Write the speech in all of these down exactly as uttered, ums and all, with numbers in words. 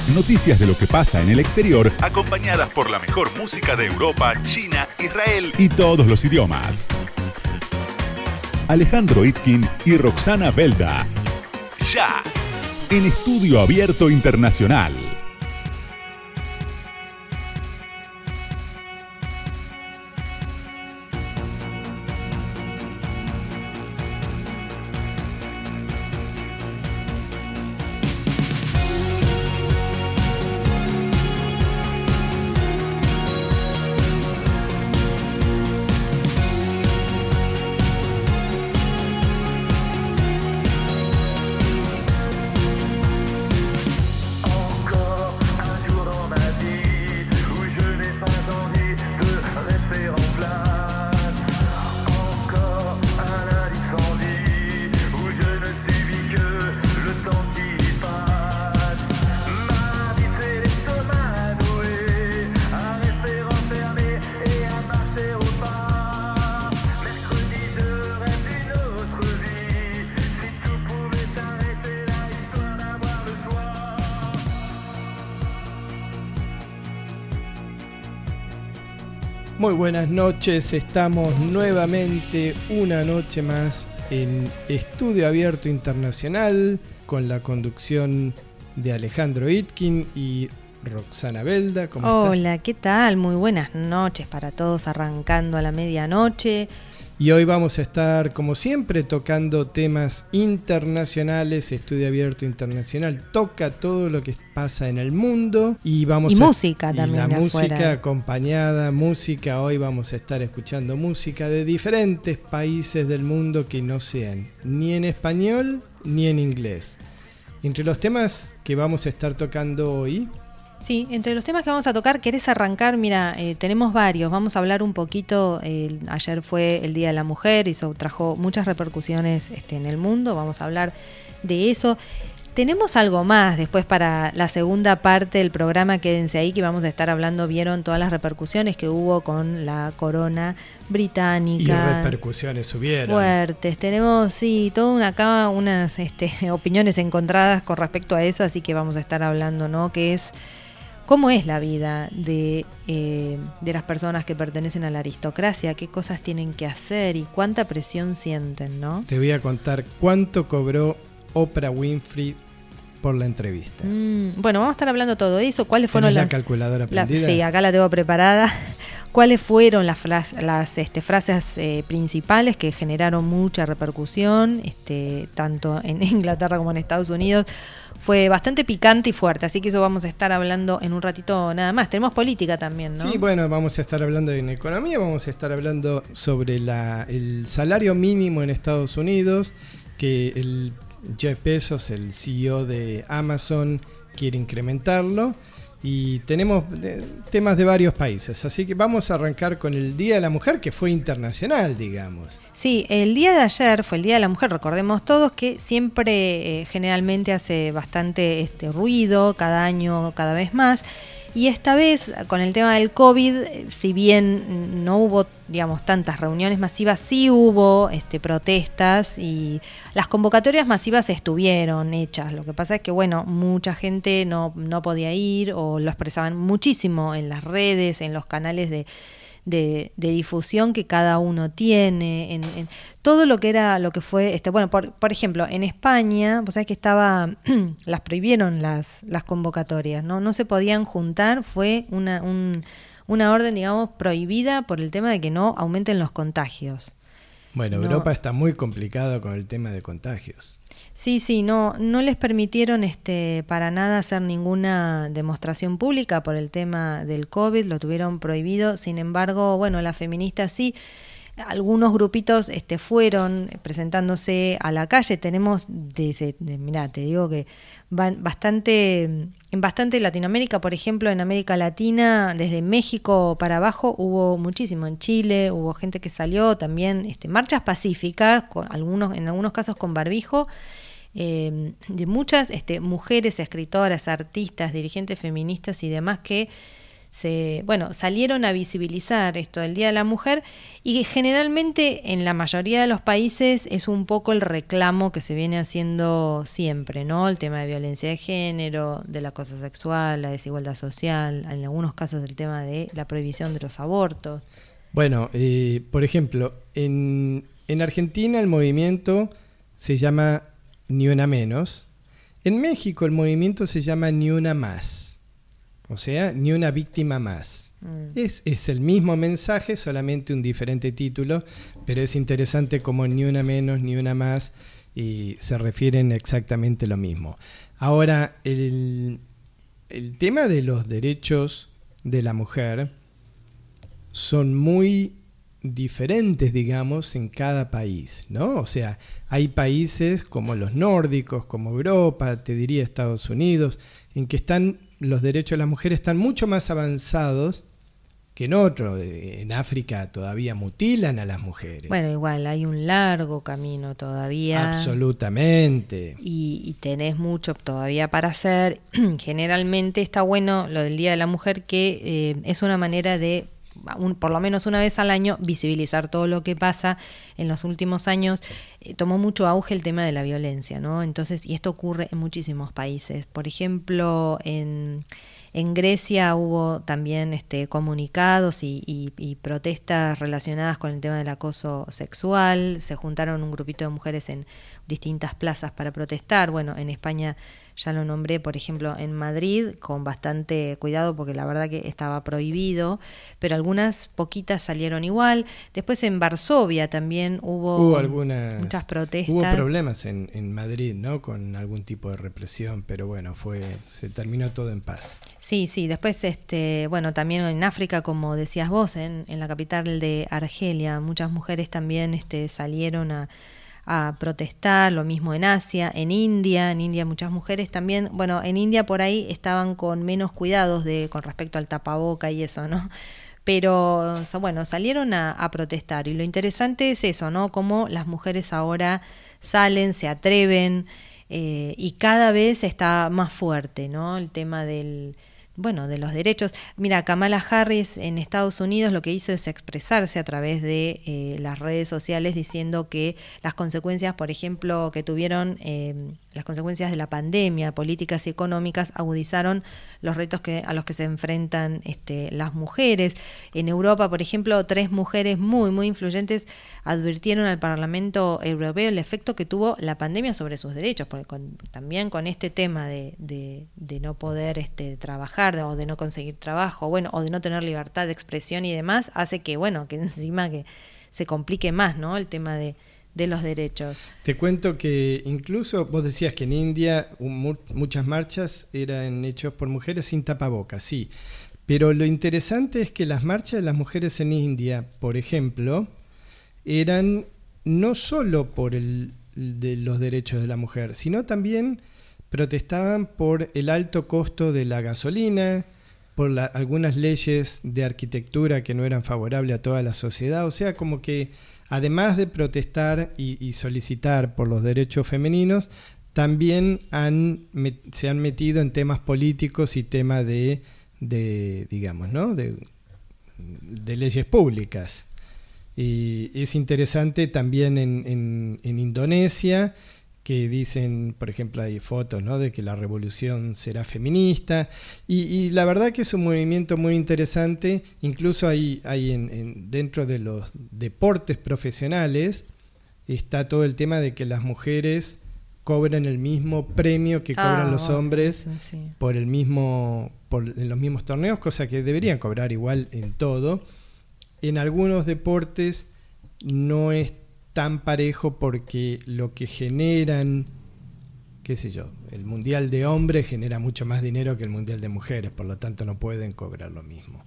Noticias de lo que pasa en el exterior, acompañadas por la mejor música de Europa, China, Israel y todos los idiomas. Alejandro Itkin y Roxana Belda. Ya. En Estudio Abierto Internacional. Muy buenas noches, estamos nuevamente una noche más en Estudio Abierto Internacional con la conducción de Alejandro Itkin y Roxana Belda. ¿Cómo estás? Hola, ¿qué tal? Muy buenas noches para todos, arrancando a la medianoche. Y hoy vamos a estar, como siempre, tocando temas internacionales. Estudio Abierto Internacional toca todo lo que pasa en el mundo. Y vamos y a, música y también. la música afuera. acompañada, música. Hoy vamos a estar escuchando música de diferentes países del mundo que no sean ni en español ni en inglés. Entre los temas que vamos a estar tocando hoy... Sí, entre los temas que vamos a tocar, ¿querés arrancar? Mira, eh, tenemos varios. Vamos a hablar un poquito. Eh, ayer fue el Día de la Mujer y eso trajo muchas repercusiones este, en el mundo. Vamos a hablar de eso. Tenemos algo más después para la segunda parte del programa. Quédense ahí que vamos a estar hablando. Vieron todas las repercusiones que hubo con la corona británica. Y repercusiones hubieron. Fuertes. Tenemos, sí, toda una acá, unas este, opiniones encontradas con respecto a eso. Así que vamos a estar hablando, ¿no? Que es... ¿Cómo es la vida de, eh, de las personas que pertenecen a la aristocracia? ¿Qué cosas tienen que hacer y cuánta presión sienten, no? Te voy a contar cuánto cobró Oprah Winfrey por la entrevista. Mm, bueno, vamos a estar hablando todo eso. ¿Cuáles fueron las las la calculadora la, prendida? Sí, acá la tengo preparada. ¿Cuáles fueron las, las, las este, frases eh, principales que generaron mucha repercusión, este, tanto en Inglaterra como en Estados Unidos? Fue bastante picante y fuerte, así que eso vamos a estar hablando en un ratito nada más. Tenemos política también, ¿no? Sí, bueno, vamos a estar hablando en economía, vamos a estar hablando sobre la, el salario mínimo en Estados Unidos, que el Jeff Bezos, el C E O de Amazon, quiere incrementarlo. Y tenemos de, temas de varios países, así que vamos a arrancar con el Día de la Mujer, que fue internacional, digamos. Sí, el día de ayer fue el Día de la Mujer, recordemos todos que siempre, eh, generalmente hace bastante este ruido, cada año, cada vez más. Y esta vez, con el tema del COVID, si bien no hubo, digamos, tantas reuniones masivas, sí hubo este, protestas y las convocatorias masivas estuvieron hechas. Lo que pasa es que, bueno, mucha gente no, no podía ir o lo expresaban muchísimo en las redes, en los canales de... De, de difusión que cada uno tiene, en, en todo lo que era, lo que fue, este, bueno, por, por ejemplo, en España, vos sabés que estaba, las prohibieron las, las convocatorias, ¿no? No se podían juntar, fue una, un, una orden, digamos, prohibida por el tema de que no aumenten los contagios. Bueno, no. Europa está muy complicado con el tema de contagios. Sí, sí, no, no les permitieron este, para nada hacer ninguna demostración pública por el tema del COVID, lo tuvieron prohibido. Sin embargo, bueno, las feministas sí, algunos grupitos este, fueron presentándose a la calle. Tenemos, desde, de, mirá, te digo que van bastante, en bastante Latinoamérica, por ejemplo, en América Latina, desde México para abajo hubo muchísimo. En Chile hubo gente que salió también, este, marchas pacíficas, con algunos, en algunos casos con barbijo. Eh, de muchas este, mujeres, escritoras, artistas, dirigentes feministas y demás que se, bueno, salieron a visibilizar esto del Día de la Mujer, y generalmente en la mayoría de los países es un poco el reclamo que se viene haciendo siempre, ¿no? El tema de violencia de género, del acoso sexual, la desigualdad social, en algunos casos el tema de la prohibición de los abortos. Bueno, eh, por ejemplo, en, en Argentina el movimiento se llama Ni Una Menos. En México el movimiento se llama Ni Una Más. O sea, ni una víctima más. Mm. Es, es el mismo mensaje, solamente un diferente título, pero es interesante como ni una menos, ni una más, y se refieren exactamente lo mismo. Ahora, el, el tema de los derechos de la mujer son muy diferentes, digamos, en cada país, ¿no? O sea, hay países como los nórdicos, como Europa, te diría Estados Unidos, en que están los derechos de las mujeres están mucho más avanzados que en otro. En África todavía mutilan a las mujeres. Bueno, igual hay un largo camino todavía. Absolutamente. Y, y tenés mucho todavía para hacer. Generalmente está bueno lo del Día de la Mujer, que eh, es una manera de, un, por lo menos una vez al año, visibilizar todo lo que pasa. En los últimos años eh, tomó mucho auge el tema de la violencia, ¿no? Entonces, y esto ocurre en muchísimos países. Por ejemplo, en, en Grecia hubo también este, comunicados y, y, y protestas relacionadas con el tema del acoso sexual. Se juntaron un grupito de mujeres en distintas plazas para protestar. Bueno, en España ya lo nombré, por ejemplo, en Madrid, con bastante cuidado porque la verdad que estaba prohibido, pero algunas poquitas salieron igual. Después en Varsovia también hubo, hubo algunas, muchas protestas. Hubo problemas en, en Madrid, ¿no? Con algún tipo de represión, pero bueno, fue se terminó todo en paz. Sí, sí. Después, este, bueno, también en África, como decías vos, en, en la capital de Argelia, muchas mujeres también este, salieron a a protestar, lo mismo en Asia, en India, en India muchas mujeres también, bueno, en India por ahí estaban con menos cuidados de con respecto al tapaboca y eso, ¿no? Pero, bueno, salieron a, a protestar, y lo interesante es eso, ¿no? Cómo las mujeres ahora salen, se atreven, eh, y cada vez está más fuerte, ¿no? El tema del... bueno, de los derechos. Mira, Kamala Harris en Estados Unidos lo que hizo es expresarse a través de eh, las redes sociales, diciendo que las consecuencias, por ejemplo, que tuvieron eh, las consecuencias de la pandemia, políticas y económicas, agudizaron los retos que, a los que se enfrentan este, las mujeres. En Europa, por ejemplo, tres mujeres muy, muy influyentes advirtieron al Parlamento Europeo el efecto que tuvo la pandemia sobre sus derechos, porque con, también con este tema de, de, de no poder este, trabajar, o de no conseguir trabajo, bueno, o de no tener libertad de expresión y demás, hace que, bueno, que encima que se complique más, ¿no? El tema de, de los derechos. Te cuento que incluso vos decías que en India un, muchas marchas eran hechas por mujeres sin tapabocas, sí, pero lo interesante es que las marchas de las mujeres en India, por ejemplo, eran no solo por el de los derechos de la mujer, sino también protestaban por el alto costo de la gasolina, por la, algunas leyes de arquitectura que no eran favorables a toda la sociedad. O sea, como que además de protestar y, y solicitar por los derechos femeninos, también han, me, se han metido en temas políticos y temas de, de digamos, ¿no? de, de leyes públicas. Y es interesante también en, en, en Indonesia, que dicen, por ejemplo, hay fotos, ¿no?, de que la revolución será feminista, y, y la verdad que es un movimiento muy interesante. Incluso hay, hay en, en, dentro de los deportes profesionales está todo el tema de que las mujeres cobran el mismo premio que cobran ah, los hombres eso, sí. por el mismo por en los mismos torneos, cosa que deberían cobrar igual en todo. En algunos deportes no es tan parejo porque lo que generan, qué sé yo, el mundial de hombres genera mucho más dinero que el mundial de mujeres, por lo tanto no pueden cobrar lo mismo.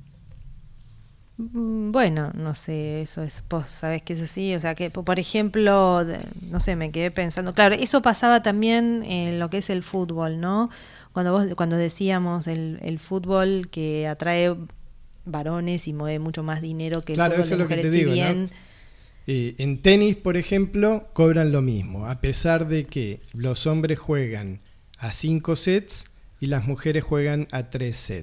Bueno, no sé, eso es, vos sabés que es así, o sea que, por ejemplo, no sé, me quedé pensando, claro, eso pasaba también en lo que es el fútbol, ¿no? Cuando vos, cuando decíamos el, el fútbol que atrae varones y mueve mucho más dinero que el claro, fútbol eso de es lo que mujeres, te digo, si bien... ¿no? Eh, en tenis, por ejemplo, cobran lo mismo, a pesar de que los hombres juegan a cinco sets y las mujeres juegan a tres sets.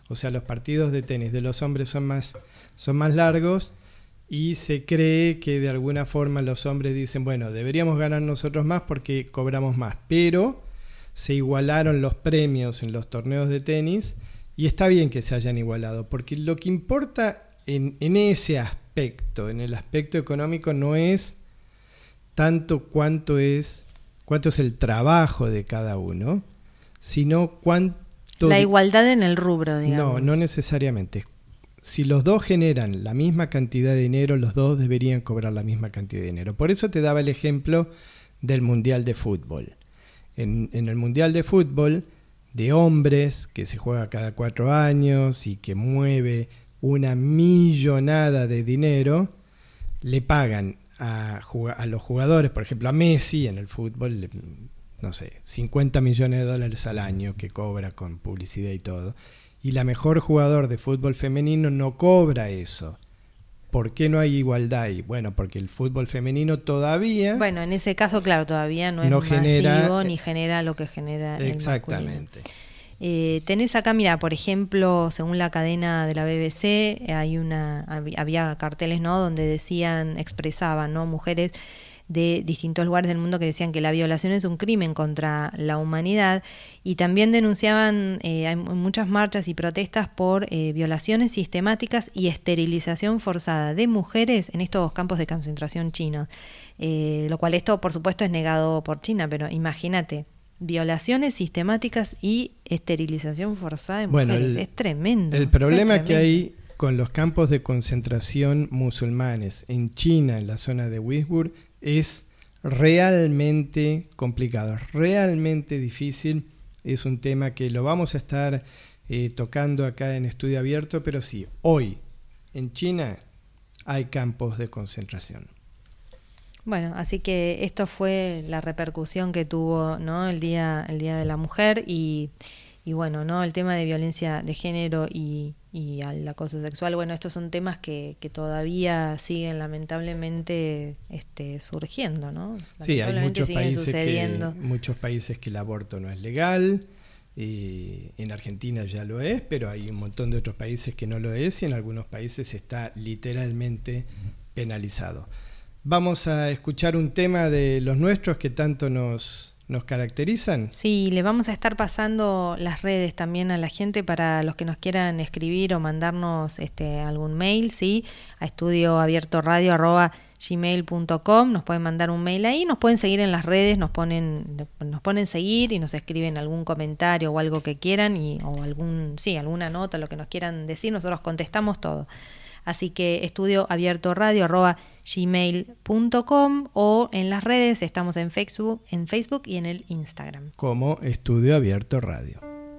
O sea, los partidos de tenis de los hombres son más, son más largos y se cree que de alguna forma los hombres dicen, bueno, deberíamos ganar nosotros más porque cobramos más. Pero se igualaron los premios en los torneos de tenis y está bien que se hayan igualado, porque lo que importa en, en ese aspecto, en el aspecto económico, no es tanto cuánto es, cuánto es el trabajo de cada uno, sino cuánto... La igualdad en el rubro, digamos. No, no necesariamente. Si los dos generan la misma cantidad de dinero, los dos deberían cobrar la misma cantidad de dinero. Por eso te daba el ejemplo del Mundial de Fútbol. En, en el Mundial de Fútbol, de hombres, que se juega cada cuatro años y que mueve una millonada de dinero, le pagan a, a los jugadores, por ejemplo a Messi en el fútbol, no sé, cincuenta millones de dólares al año que cobra con publicidad y todo. Y la mejor jugador de fútbol femenino no cobra eso. ¿Por qué no hay igualdad ahí? Bueno, porque el fútbol femenino todavía... Bueno, en ese caso, claro, todavía no es no masivo genera, ni genera lo que genera exactamente. el masculino. Eh, tenés acá, mira, por ejemplo, según la cadena de la B B C, hay una había carteles, ¿no?, donde decían, expresaban, ¿no?, mujeres de distintos lugares del mundo que decían que la violación es un crimen contra la humanidad, y también denunciaban eh, hay muchas marchas y protestas por eh, violaciones sistemáticas y esterilización forzada de mujeres en estos campos de concentración chinos, eh, lo cual esto por supuesto es negado por China, pero imagínate, violaciones sistemáticas y esterilización forzada de mujeres, bueno, el, es tremendo. El problema es que hay con los campos de concentración musulmanes en China, en la zona de Uighur, es realmente complicado, realmente difícil. Es un tema que lo vamos a estar eh, tocando acá en Estudio Abierto, pero sí, hoy en China hay campos de concentración. Bueno, así que esto fue la repercusión que tuvo, ¿no?, el día, el día de la mujer y, y bueno, ¿no?, el tema de violencia de género y, y al acoso sexual. Bueno, estos son temas que, que todavía siguen lamentablemente este, surgiendo, ¿no? Sí, hay muchos países, que, muchos países que el aborto no es legal. Eh, en Argentina ya lo es, pero hay un montón de otros países que no lo es y en algunos países está literalmente penalizado. Vamos a escuchar un tema de los nuestros que tanto nos, nos caracterizan. Sí, le vamos a estar pasando las redes también a la gente para los que nos quieran escribir o mandarnos este, algún mail, ¿sí? A estudioabiertoradio arroba gmail punto com, nos pueden mandar un mail ahí, nos pueden seguir en las redes, nos ponen, nos ponen seguir y nos escriben algún comentario o algo que quieran y, o algún, sí, alguna nota, lo que nos quieran decir, nosotros contestamos todo. Así que estudioabiertoradio arroba gmail punto com o en las redes estamos en Facebook, en Facebook y en el Instagram. Como Estudio Abierto Radio.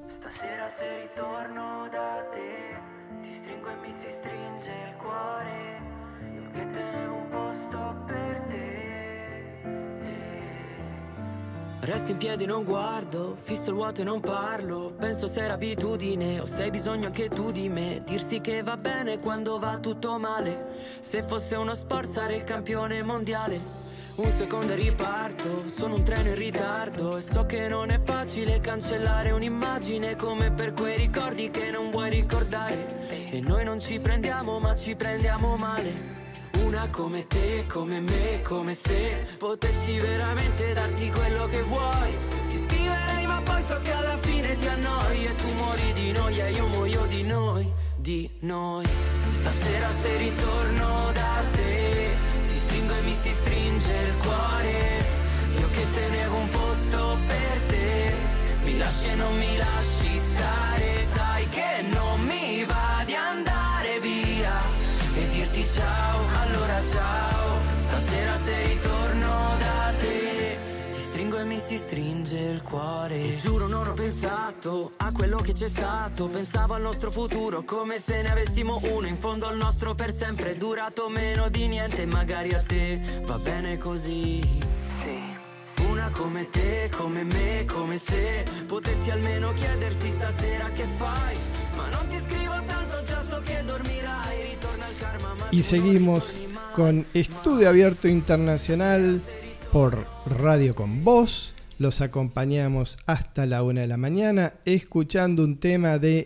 Resto in piedi, non guardo, fisso il vuoto e non parlo. Penso se era abitudine o se hai bisogno anche tu di me. Dirsi che va bene quando va tutto male. Se fosse uno sport sarei il campione mondiale. Un secondo e riparto, sono un treno in ritardo. E so che non è facile cancellare un'immagine, come per quei ricordi che non vuoi ricordare. E noi non ci prendiamo ma ci prendiamo male. Una come te, come me, come se potessi veramente darti quello che vuoi. Ti scriverei ma poi so che alla fine ti annoi. E tu muori di noia e io muoio di noi, di noi. Stasera se ritorno da te, ti stringo e mi si stringe il cuore. Io che tenevo un posto per te, mi lasci e non mi lasci stare. Sai che non mi va di andare via e dirti ciao, allora ciao. Stasera se ritorno da te, ti stringo e mi si stringe il cuore. E giuro non ho pensato a quello che c'è stato. Pensavo al nostro futuro come se ne avessimo uno. In fondo il nostro per sempre è durato meno di niente. Magari a te va bene così. Una come te, come me, come se potessi almeno chiederti stasera che fai. Ma non ti scrivo tanto, già so che dormirai. Ritorna al karma. Y seguimos con Estudio Abierto Internacional por Radio Con Voz. Los acompañamos hasta la una de la mañana escuchando un tema de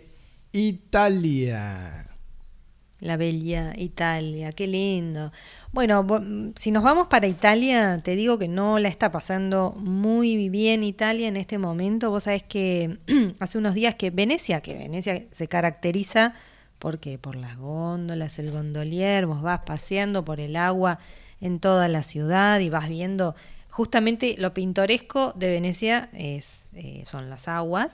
Italia. La bella Italia, qué lindo. Bueno, si nos vamos para Italia, te digo que no la está pasando muy bien Italia en este momento. Vos sabés que hace unos días que Venecia, que Venecia se caracteriza porque por las góndolas, el gondolier, vos vas paseando por el agua en toda la ciudad y vas viendo justamente lo pintoresco de Venecia es, eh, son las aguas.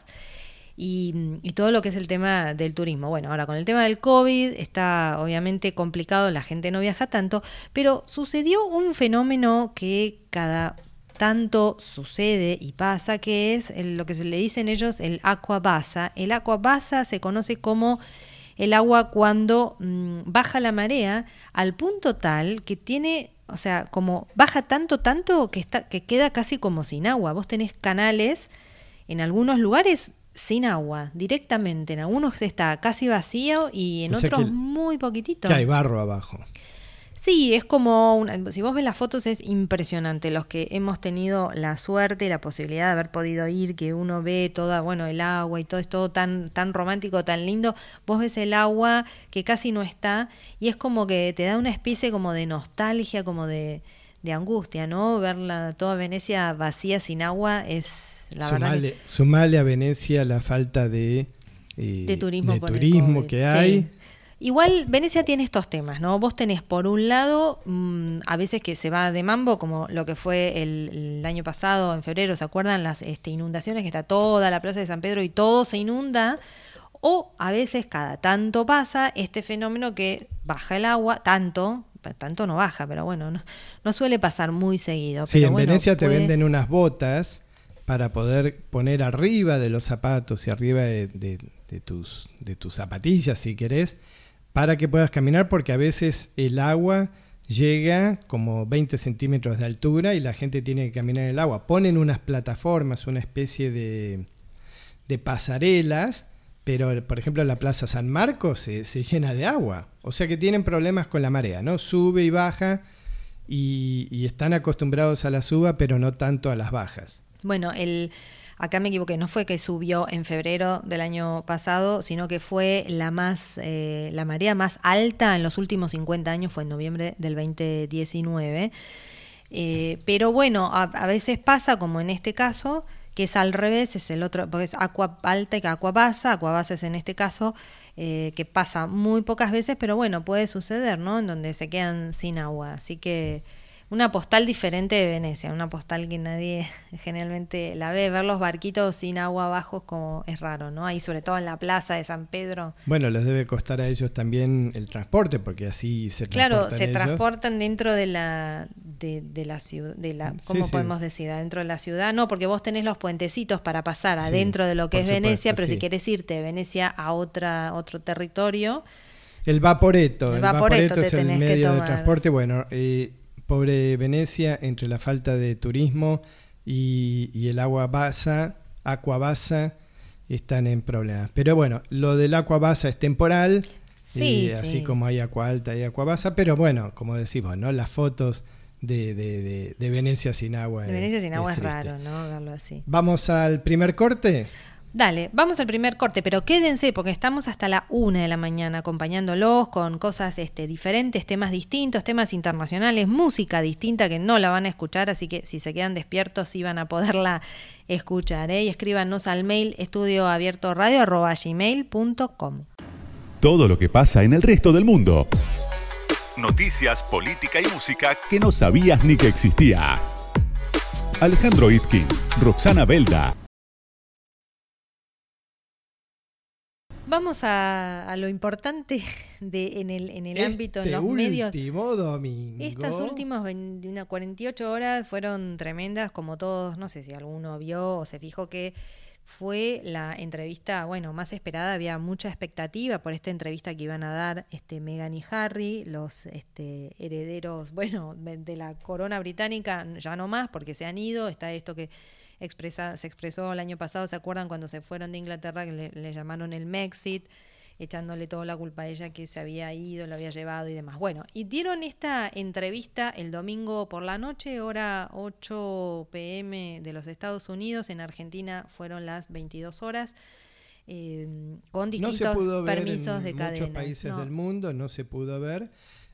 Y, y todo lo que es el tema del turismo. Bueno, ahora con el tema del COVID está obviamente complicado, la gente no viaja tanto, pero sucedió un fenómeno que cada tanto sucede y pasa, que es el, lo que se le dicen ellos el aqua bassa. El aqua bassa se conoce como el agua cuando mmm, baja la marea al punto tal que tiene, o sea, como baja tanto, tanto que, está, que queda casi como sin agua. Vos tenés canales en algunos lugares sin agua, directamente. En algunos está casi vacío y en o sea otros muy poquitito. Que hay barro abajo. Sí, es como, una, si vos ves las fotos es impresionante. Los que hemos tenido la suerte y la posibilidad de haber podido ir, que uno ve toda, bueno, el agua y todo es todo tan, tan romántico, tan lindo. Vos ves el agua que casi no está y es como que te da una especie como de nostalgia, como de, de angustia, ¿no? Verla toda Venecia vacía sin agua es... La sumale, que... sumale a Venecia la falta de, eh, de turismo, de turismo que hay. Sí. Igual Venecia tiene estos temas, ¿no? Vos tenés por un lado mmm, a veces que se va de mambo, como lo que fue el, el año pasado, en febrero, ¿se acuerdan? Las este, inundaciones, que está toda la plaza de San Pedro y todo se inunda. O a veces cada tanto pasa este fenómeno que baja el agua, tanto... tanto no baja, pero bueno, no, no suele pasar muy seguido. Sí, pero en bueno, Venecia te puede... venden unas botas para poder poner arriba de los zapatos y arriba de, de, de, tus, de tus zapatillas, si querés, para que puedas caminar, porque a veces el agua llega como veinte centímetros de altura y la gente tiene que caminar en el agua. Ponen unas plataformas, una especie de, de pasarelas, pero por ejemplo la Plaza San Marcos se, se llena de agua. O sea que tienen problemas con la marea, ¿no? Sube y baja y, y están acostumbrados a la suba, pero no tanto a las bajas. Bueno, el, acá me equivoqué, no fue que subió en febrero del año pasado, sino que fue la más eh, la marea más alta en los últimos cincuenta años, fue en noviembre del veinte diecinueve. Eh, pero bueno, a, a veces pasa, como en este caso, que es al revés, es el otro, porque es agua alta y agua bassa, agua bassa es en este caso, eh, que pasa muy pocas veces, pero bueno, puede suceder, ¿no? En donde se quedan sin agua, así que... Una postal diferente de Venecia, una postal que nadie generalmente la ve. Ver los barquitos sin agua abajo es como es raro, ¿no? Ahí sobre todo en la plaza de San Pedro. Bueno, les debe costar a ellos también el transporte, porque así se claro, se ellos. transportan dentro de la de, de la ciudad, de la, ¿cómo sí, podemos sí. decir? Adentro de la ciudad, no, porque vos tenés los puentecitos para pasar sí, adentro de lo que es supuesto, Venecia, pero sí. si querés irte de Venecia a otra otro territorio. El vaporetto, el, el vaporetto, vaporetto es el medio de transporte, bueno, eh, pobre Venecia, entre la falta de turismo y, y el agua bassa, aqua bassa, están en problemas. Pero bueno, lo del aqua bassa es temporal, sí, y sí. así como hay aqua alta y aqua bassa, pero bueno, como decimos, ¿no? Las fotos de, de, de, de Venecia sin agua. De Venecia es, sin agua es, es raro, ¿no? Verlo así. Vamos al primer corte. Dale, vamos al primer corte, pero quédense porque estamos hasta la una de la mañana acompañándolos con cosas este, diferentes, temas distintos, temas internacionales, música distinta que no la van a escuchar, así que si se quedan despiertos sí van a poderla escuchar, ¿eh? Y escríbanos al mail estudioabiertoradio arroba gmail punto com. Todo lo que pasa en el resto del mundo. Noticias, política y música que no sabías ni que existía. Alejandro Itkin, Roxana Belda. Vamos a, a lo importante de, en el, en el este ámbito, en los medios. Domingo. Estas últimas cuarenta y ocho horas fueron tremendas, como todos, no sé si alguno vio o se fijó que fue la entrevista, bueno, más esperada. Había mucha expectativa por esta entrevista que iban a dar este Meghan y Harry, los este, herederos, bueno, de la corona británica, ya no más porque se han ido. Está esto que expresa, se expresó el año pasado, ¿se acuerdan cuando se fueron de Inglaterra que le, le llamaron el Mexit, echándole toda la culpa a ella que se había ido, lo había llevado y demás? Bueno, y dieron esta entrevista el domingo por la noche, hora ocho p m de los Estados Unidos. En Argentina fueron las veintidós horas. eh, con No distintos se pudo ver permisos en de cadena. muchos países no. del mundo, no se pudo ver,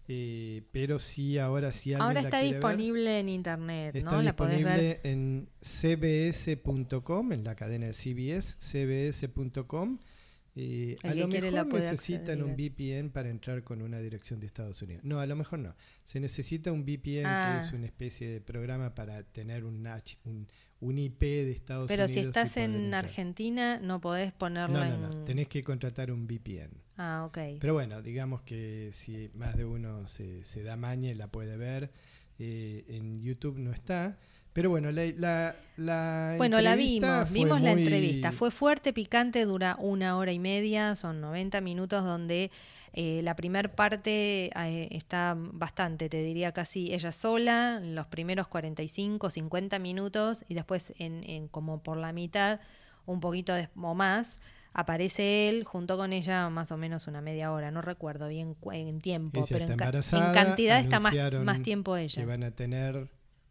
eh, pero sí ahora sí alguien Ahora la está quiere disponible ver, en internet, está ¿no? La podés ver. disponible en c b s punto com, en la cadena de C B S, c b s punto com. Eh, a lo quiere la mejor puede necesitan acceder. un V P N para entrar con una dirección de Estados Unidos. No, a lo mejor no. Se necesita un V P N Ah. que es una especie de programa para tener un, H- un, un I P de Estados Pero Unidos. si estás y poder en entrar. Argentina, no podés ponerlo No, en... no, no. Tenés que contratar un V P N. Ah, ok. Pero bueno, digamos que si más de uno se, se da maña y la puede ver, eh, en YouTube no está. Pero bueno, la, la, la Bueno, la entrevista vimos, fue vimos la muy- entrevista. Fue fuerte, picante, dura una hora y media, son noventa minutos donde eh, la primer parte eh, está bastante, te diría casi ella sola, los primeros cuarenta y cinco, cincuenta minutos y después en, en como por la mitad, un poquito de, o más, aparece él junto con ella más o menos una media hora, no recuerdo bien cu- en tiempo, Ella pero está en, ca- embarazada, en cantidad está más, anunciaron más tiempo ella. que van a tener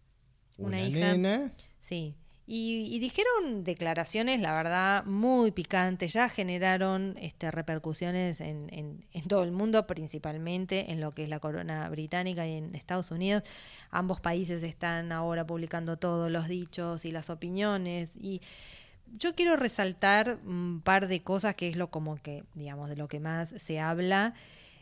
una, Una hija. nena. Sí, y, y dijeron declaraciones, la verdad, muy picantes, ya generaron este, repercusiones en, en, en todo el mundo, principalmente en lo que es la corona británica y en Estados Unidos. Ambos países están ahora publicando todos los dichos y las opiniones, y yo quiero resaltar un par de cosas que es lo como que, digamos, de lo que más se habla.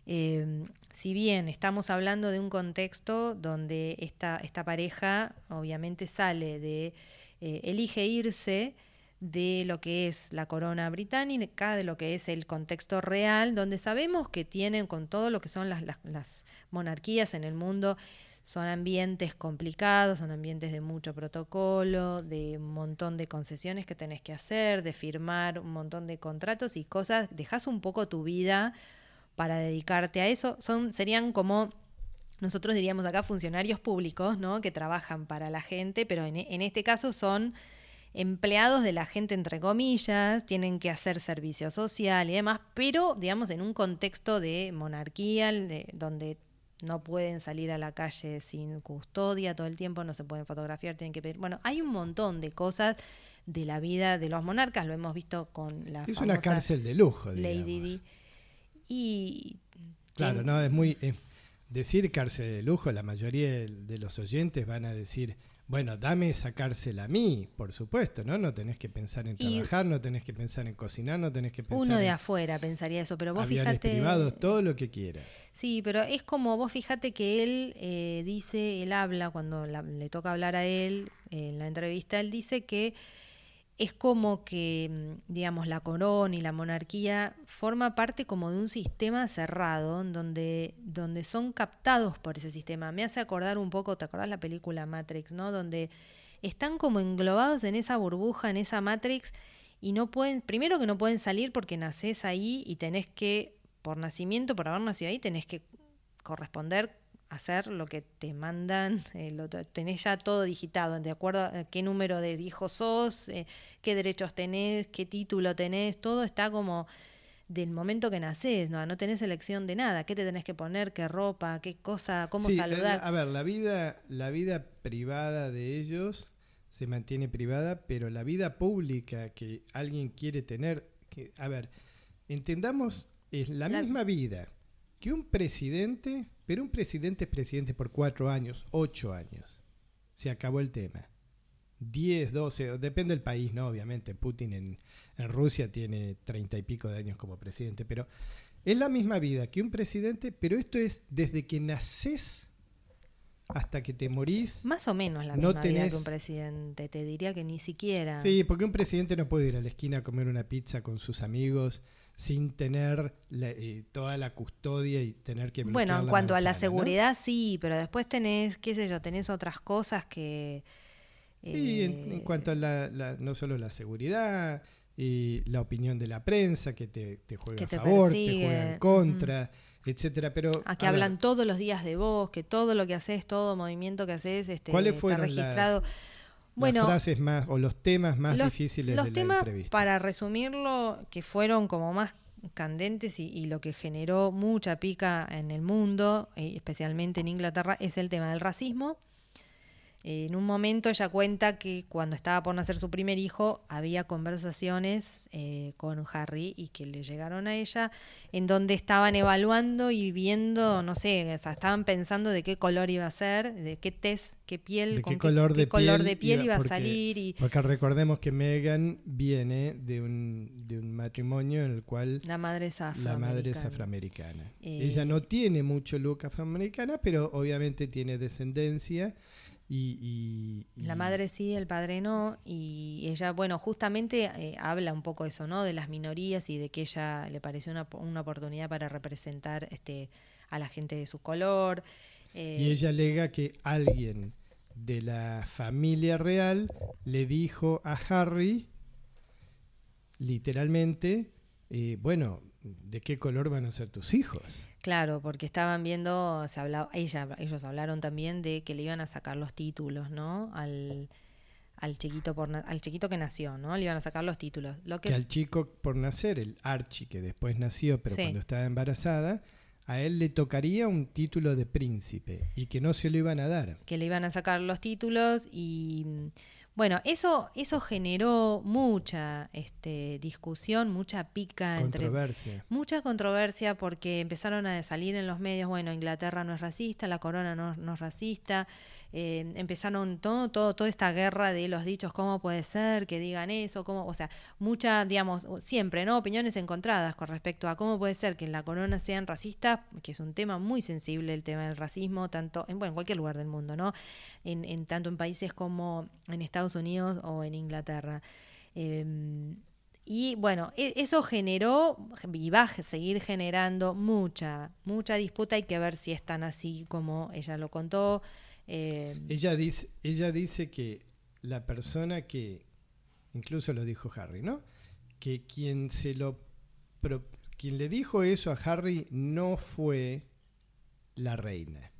Eh, si bien estamos hablando de un contexto donde esta, esta pareja obviamente sale de, eh, elige irse de lo que es la corona británica, de lo que es el contexto real, donde sabemos que tienen con todo lo que son las, las, las monarquías en el mundo, son ambientes complicados, son ambientes de mucho protocolo, de un montón de concesiones que tenés que hacer, de firmar un montón de contratos y cosas, dejás un poco tu vida para dedicarte a eso. Son, serían como, nosotros diríamos acá, funcionarios públicos, ¿no? Que trabajan para la gente, pero en, en este caso son empleados de la gente, entre comillas, tienen que hacer servicio social y demás, pero, digamos, en un contexto de monarquía, de, donde no pueden salir a la calle sin custodia todo el tiempo, no se pueden fotografiar, tienen que pedir... Bueno, hay un montón de cosas de la vida de los monarcas, lo hemos visto con la Es famosa una cárcel de lujo, digamos. Lady Di. Y Claro, ten- no, es muy... eh, decir cárcel de lujo, la mayoría de, de los oyentes van a decir, bueno, dame esa cárcel a mí, por supuesto, ¿no? No tenés que pensar en Y- trabajar, no tenés que pensar en cocinar, no tenés que pensar uno de en afuera pensaría eso, pero vos aviones fíjate... privados, todo lo que quieras. Sí, pero es como vos fíjate que él eh, dice, él habla, cuando la- le toca hablar a él eh, en la entrevista, él dice que es como que, mm, digamos, la corona y la monarquía forma parte como de un sistema cerrado, en donde, donde son captados por ese sistema. Me hace acordar un poco, ¿te acordás la película Matrix, no? Donde están como englobados en esa burbuja, en esa Matrix, y no pueden, primero que no pueden salir porque nacés ahí y tenés que, por nacimiento, por haber nacido ahí, tenés que corresponder, hacer lo que te mandan, eh, lo, tenés ya todo digitado, de acuerdo a qué número de hijos sos, eh, qué derechos tenés, qué título tenés, todo está como del momento que nacés, no, no tenés elección de nada, qué te tenés que poner, qué ropa, qué cosa, cómo Sí, saludar. eh, a ver, la vida, la vida privada de ellos se mantiene privada, pero la vida pública que alguien quiere tener, que, a ver, entendamos, es la, La- misma vida que un presidente, pero un presidente es presidente por cuatro años, ocho años. Se acabó el tema. Diez, doce, depende del país, ¿no? Obviamente, Putin en, en Rusia tiene treinta y pico de años como presidente, pero es la misma vida que un presidente, pero esto es desde que nacés hasta que te morís. Más o menos la no misma vida tenés- que un presidente, te diría que ni siquiera. Sí, porque un presidente no puede ir a la esquina a comer una pizza con sus amigos sin tener la- eh, toda la custodia y tener que Bueno, bloquear en la cuanto a la manzana, ¿no? seguridad sí, pero después tenés, qué sé yo, tenés otras cosas que... Sí, eh, en, en cuanto a la, la- no solo la seguridad y la opinión de la prensa que te, te juega Que a te favor, persigue, te juega en contra, etcétera. Pero a que a ver, hablan todos los días de vos, que todo lo que haces, todo movimiento que haces este, ¿cuáles está fueron registrado. las, Bueno, las frases más o los temas más los, difíciles los de la temas, entrevista? para resumirlo, que fueron como más candentes y, y lo que generó mucha pica en el mundo, eh, especialmente en Inglaterra, es el tema del racismo, Eh, en un momento ella cuenta que cuando estaba por nacer su primer hijo había conversaciones eh, con Harry y que le llegaron a ella en donde estaban evaluando y viendo, no sé, o sea, estaban pensando de qué color iba a ser, de qué tez, qué piel, de con qué, qué color, qué de color piel de piel iba, iba a porque, salir. Y porque recordemos que Meghan viene de un, de un matrimonio en el cual la madre es afroamericana. La madre es afroamericana. Eh, Ella no tiene mucho look afroamericana, pero obviamente tiene descendencia. Y, y, y la madre sí, el padre no, y ella, bueno, justamente eh, habla un poco eso, ¿no? De las minorías y de que ella le pareció una, una oportunidad para representar este a la gente de su color. Eh, y ella alega que alguien de la familia real le dijo a Harry, literalmente, eh, bueno, ¿de qué color van a ser tus hijos? Claro, porque estaban viendo, se hablaba, ella, ellos hablaron también de que le iban a sacar los títulos, ¿no? Al, al chiquito por al chiquito que nació, ¿no? Le iban a sacar los títulos. Lo que, que al chico por nacer, el Archie, que después nació, pero sí. cuando estaba embarazada, a él le tocaría un título de príncipe y que no se lo iban a dar. Que le iban a sacar los títulos y bueno, eso eso generó mucha este, discusión, mucha pica. Controversia. Entre, mucha controversia porque empezaron a salir en los medios, bueno, Inglaterra no es racista, la corona no, no es racista, eh, empezaron todo, todo, toda esta guerra de los dichos, ¿cómo puede ser que digan eso? ¿Cómo? O sea, mucha, digamos, siempre, ¿no? Opiniones encontradas con respecto a cómo puede ser que en la corona sean racistas, que es un tema muy sensible, el tema del racismo, tanto en, bueno, en cualquier lugar del mundo, ¿no? En, en tanto en países como en Estados Unidos o en Inglaterra. Eh, y bueno, eso generó y va a seguir generando mucha, mucha disputa. Hay que ver si es tan así como ella lo contó. Eh, ella dice, ella dice que la persona que, incluso lo dijo Harry, ¿no? Que quien se lo pro, quien le dijo eso a Harry no fue la reina,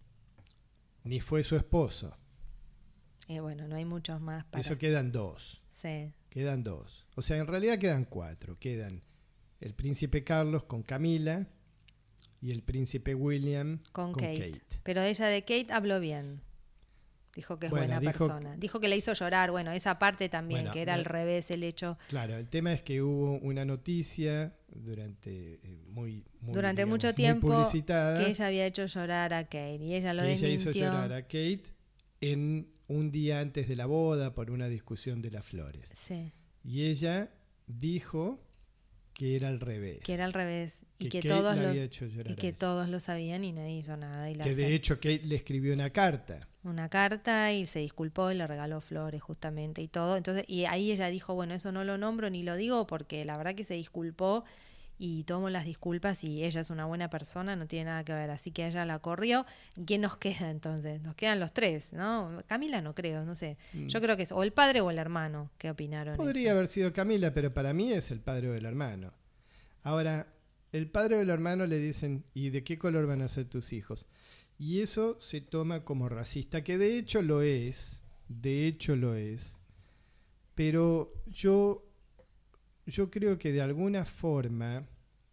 ni fue su esposo. Eh, bueno, no hay muchos más para... Eso quedan dos. Sí. Quedan dos. O sea, en realidad quedan cuatro. Quedan el príncipe Carlos con Camila y el príncipe William con, con Kate. Kate. Pero ella de Kate habló bien. Dijo que es bueno, buena dijo, persona. Dijo que le hizo llorar. Bueno, esa parte también, bueno, que era al revés el hecho. Claro, el tema es que hubo una noticia durante eh, muy, muy durante digamos, mucho tiempo muy publicitada, que ella había hecho llorar a Kate y ella lo que desmintió. ella hizo llorar a Kate en un día antes de la boda por una discusión de las flores. Sí. Y ella dijo que era al revés. Que era al revés. Y que que, Kate todos, la los, había hecho llorar y que todos lo sabían y nadie hizo nada. Y la que de hace. hecho Kate le escribió una carta. Una carta y se disculpó y le regaló flores justamente y todo. Entonces, y ahí ella dijo, bueno, eso no lo nombro ni lo digo porque la verdad que se disculpó y tomo las disculpas y ella es una buena persona, no tiene nada que ver, así que ella la corrió. ¿Quién nos queda entonces? Nos quedan los tres, ¿no? Camila no creo, no sé. Mm. Yo creo que es o el padre o el hermano. ¿Qué opinaron? Podría eso? haber sido Camila, pero para mí es el padre o el hermano. Ahora, el padre o el hermano le dicen, ¿y de qué color van a ser tus hijos? Y eso se toma como racista, que de hecho lo es, de hecho lo es, pero yo, yo creo que de alguna forma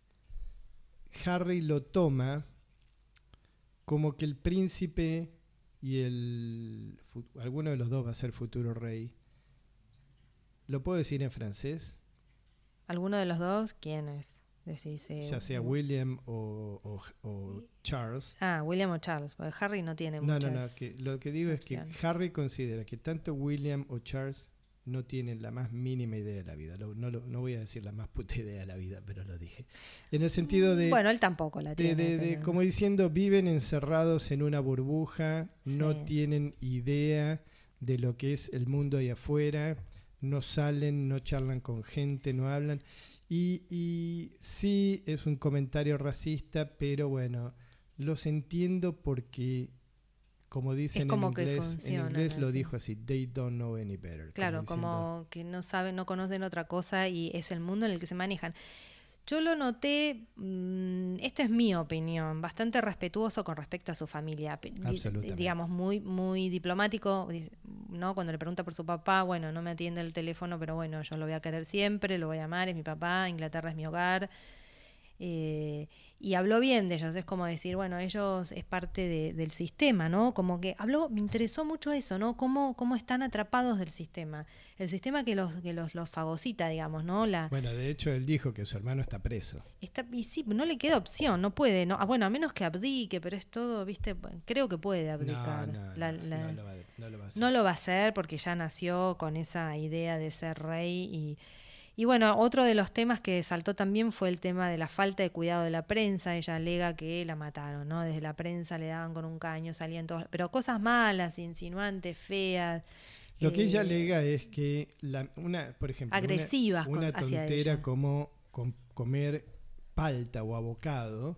Harry lo toma como que el príncipe y el alguno de los dos va a ser futuro rey. ¿Lo puedo decir en francés? ¿Alguno de los dos? ¿Quién es? Decís, eh, ya sea William o, o, o Charles. Ah, William o Charles, porque Harry no tiene no, muchas No, no, que lo que digo opciones. Es que Harry considera que tanto William o Charles no tienen la más mínima idea de la vida. Lo, no, lo, no voy a decir la más puta idea de la vida, pero lo dije. En el sentido de... Bueno, él tampoco la tiene. De, de, de, como diciendo, viven encerrados en una burbuja, sí. no tienen idea de lo que es el mundo ahí afuera, no salen, no charlan con gente, no hablan... Y, y sí, es un comentario racista, pero bueno, los entiendo porque, como dicen como en inglés, funciona, en inglés ¿no? lo sí. dijo así, they don't know any better. Claro, como, como que no saben, no conocen otra cosa y es el mundo en el que se manejan. Yo lo noté, mmm, esta es mi opinión, bastante respetuoso con respecto a su familia. Absolutamente. Digamos, muy muy diplomático, ¿no? Cuando le pregunta por su papá, bueno, no me atiende el teléfono, pero bueno, yo lo voy a querer siempre, lo voy a amar, es mi papá, Inglaterra es mi hogar. Eh, y habló bien de ellos, es como decir, bueno, ellos es parte de, del sistema, ¿no? Como que habló, me interesó mucho eso, ¿no? Cómo, cómo están atrapados del sistema, el sistema que los que los, los fagocita, digamos, ¿no? La, bueno, de hecho él dijo que su hermano está preso. Está, y sí, no le queda opción, no puede, no, ah, bueno, a menos que abdique, pero es todo, viste, creo que puede abdicar. No, no, la, no, la, no, lo va, no lo va a hacer. No lo va a hacer porque ya nació con esa idea de ser rey y... Y bueno, otro de los temas que saltó también fue el tema de la falta de cuidado de la prensa. Ella alega que la mataron, ¿no? Desde la prensa le daban con un caño, salían todos... Pero cosas malas, insinuantes, feas. Lo que eh, ella alega es que, la, una por ejemplo, agresivas una, una con, hacia tontera ella. como com, comer palta o avocado,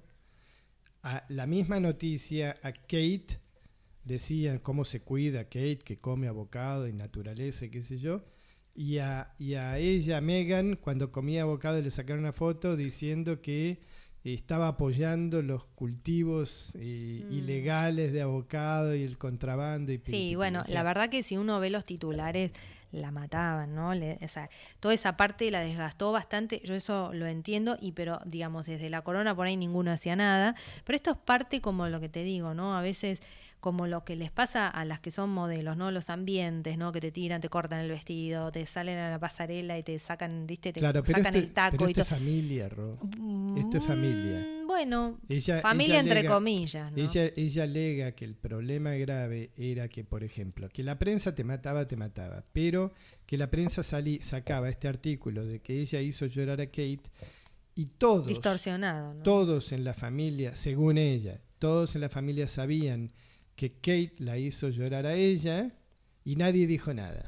a la misma noticia a Kate decían cómo se cuida Kate, que come avocado y naturaleza y qué sé yo, y a, y a ella, a Meghan, cuando comía avocado le sacaron una foto diciendo que estaba apoyando los cultivos eh, mm. ilegales de avocado y el contrabando. Y sí, bueno, o sea, la verdad que si uno ve los titulares, la mataban, ¿no? Le, o sea, toda esa parte la desgastó bastante, yo eso lo entiendo, y pero digamos, desde la corona por ahí ninguno hacía nada, pero esto es parte como lo que te digo, ¿no? A veces como lo que les pasa a las que son modelos, ¿no? Los ambientes, ¿no? Que te tiran, te cortan el vestido, te salen a la pasarela y te sacan, ¿viste? Te claro, sacan esto, el taco pero y esto todo. es familia, Ro. Esto es familia. Bueno, ella, familia ella entre alega, comillas, ¿no? Ella, ella alega que el problema grave era que, por ejemplo, que la prensa te mataba, te mataba, pero que la prensa salí, sacaba este artículo de que ella hizo llorar a Kate y todos, distorsionado, ¿no? Todos en la familia, según ella, todos en la familia sabían que Kate la hizo llorar a ella y nadie dijo nada.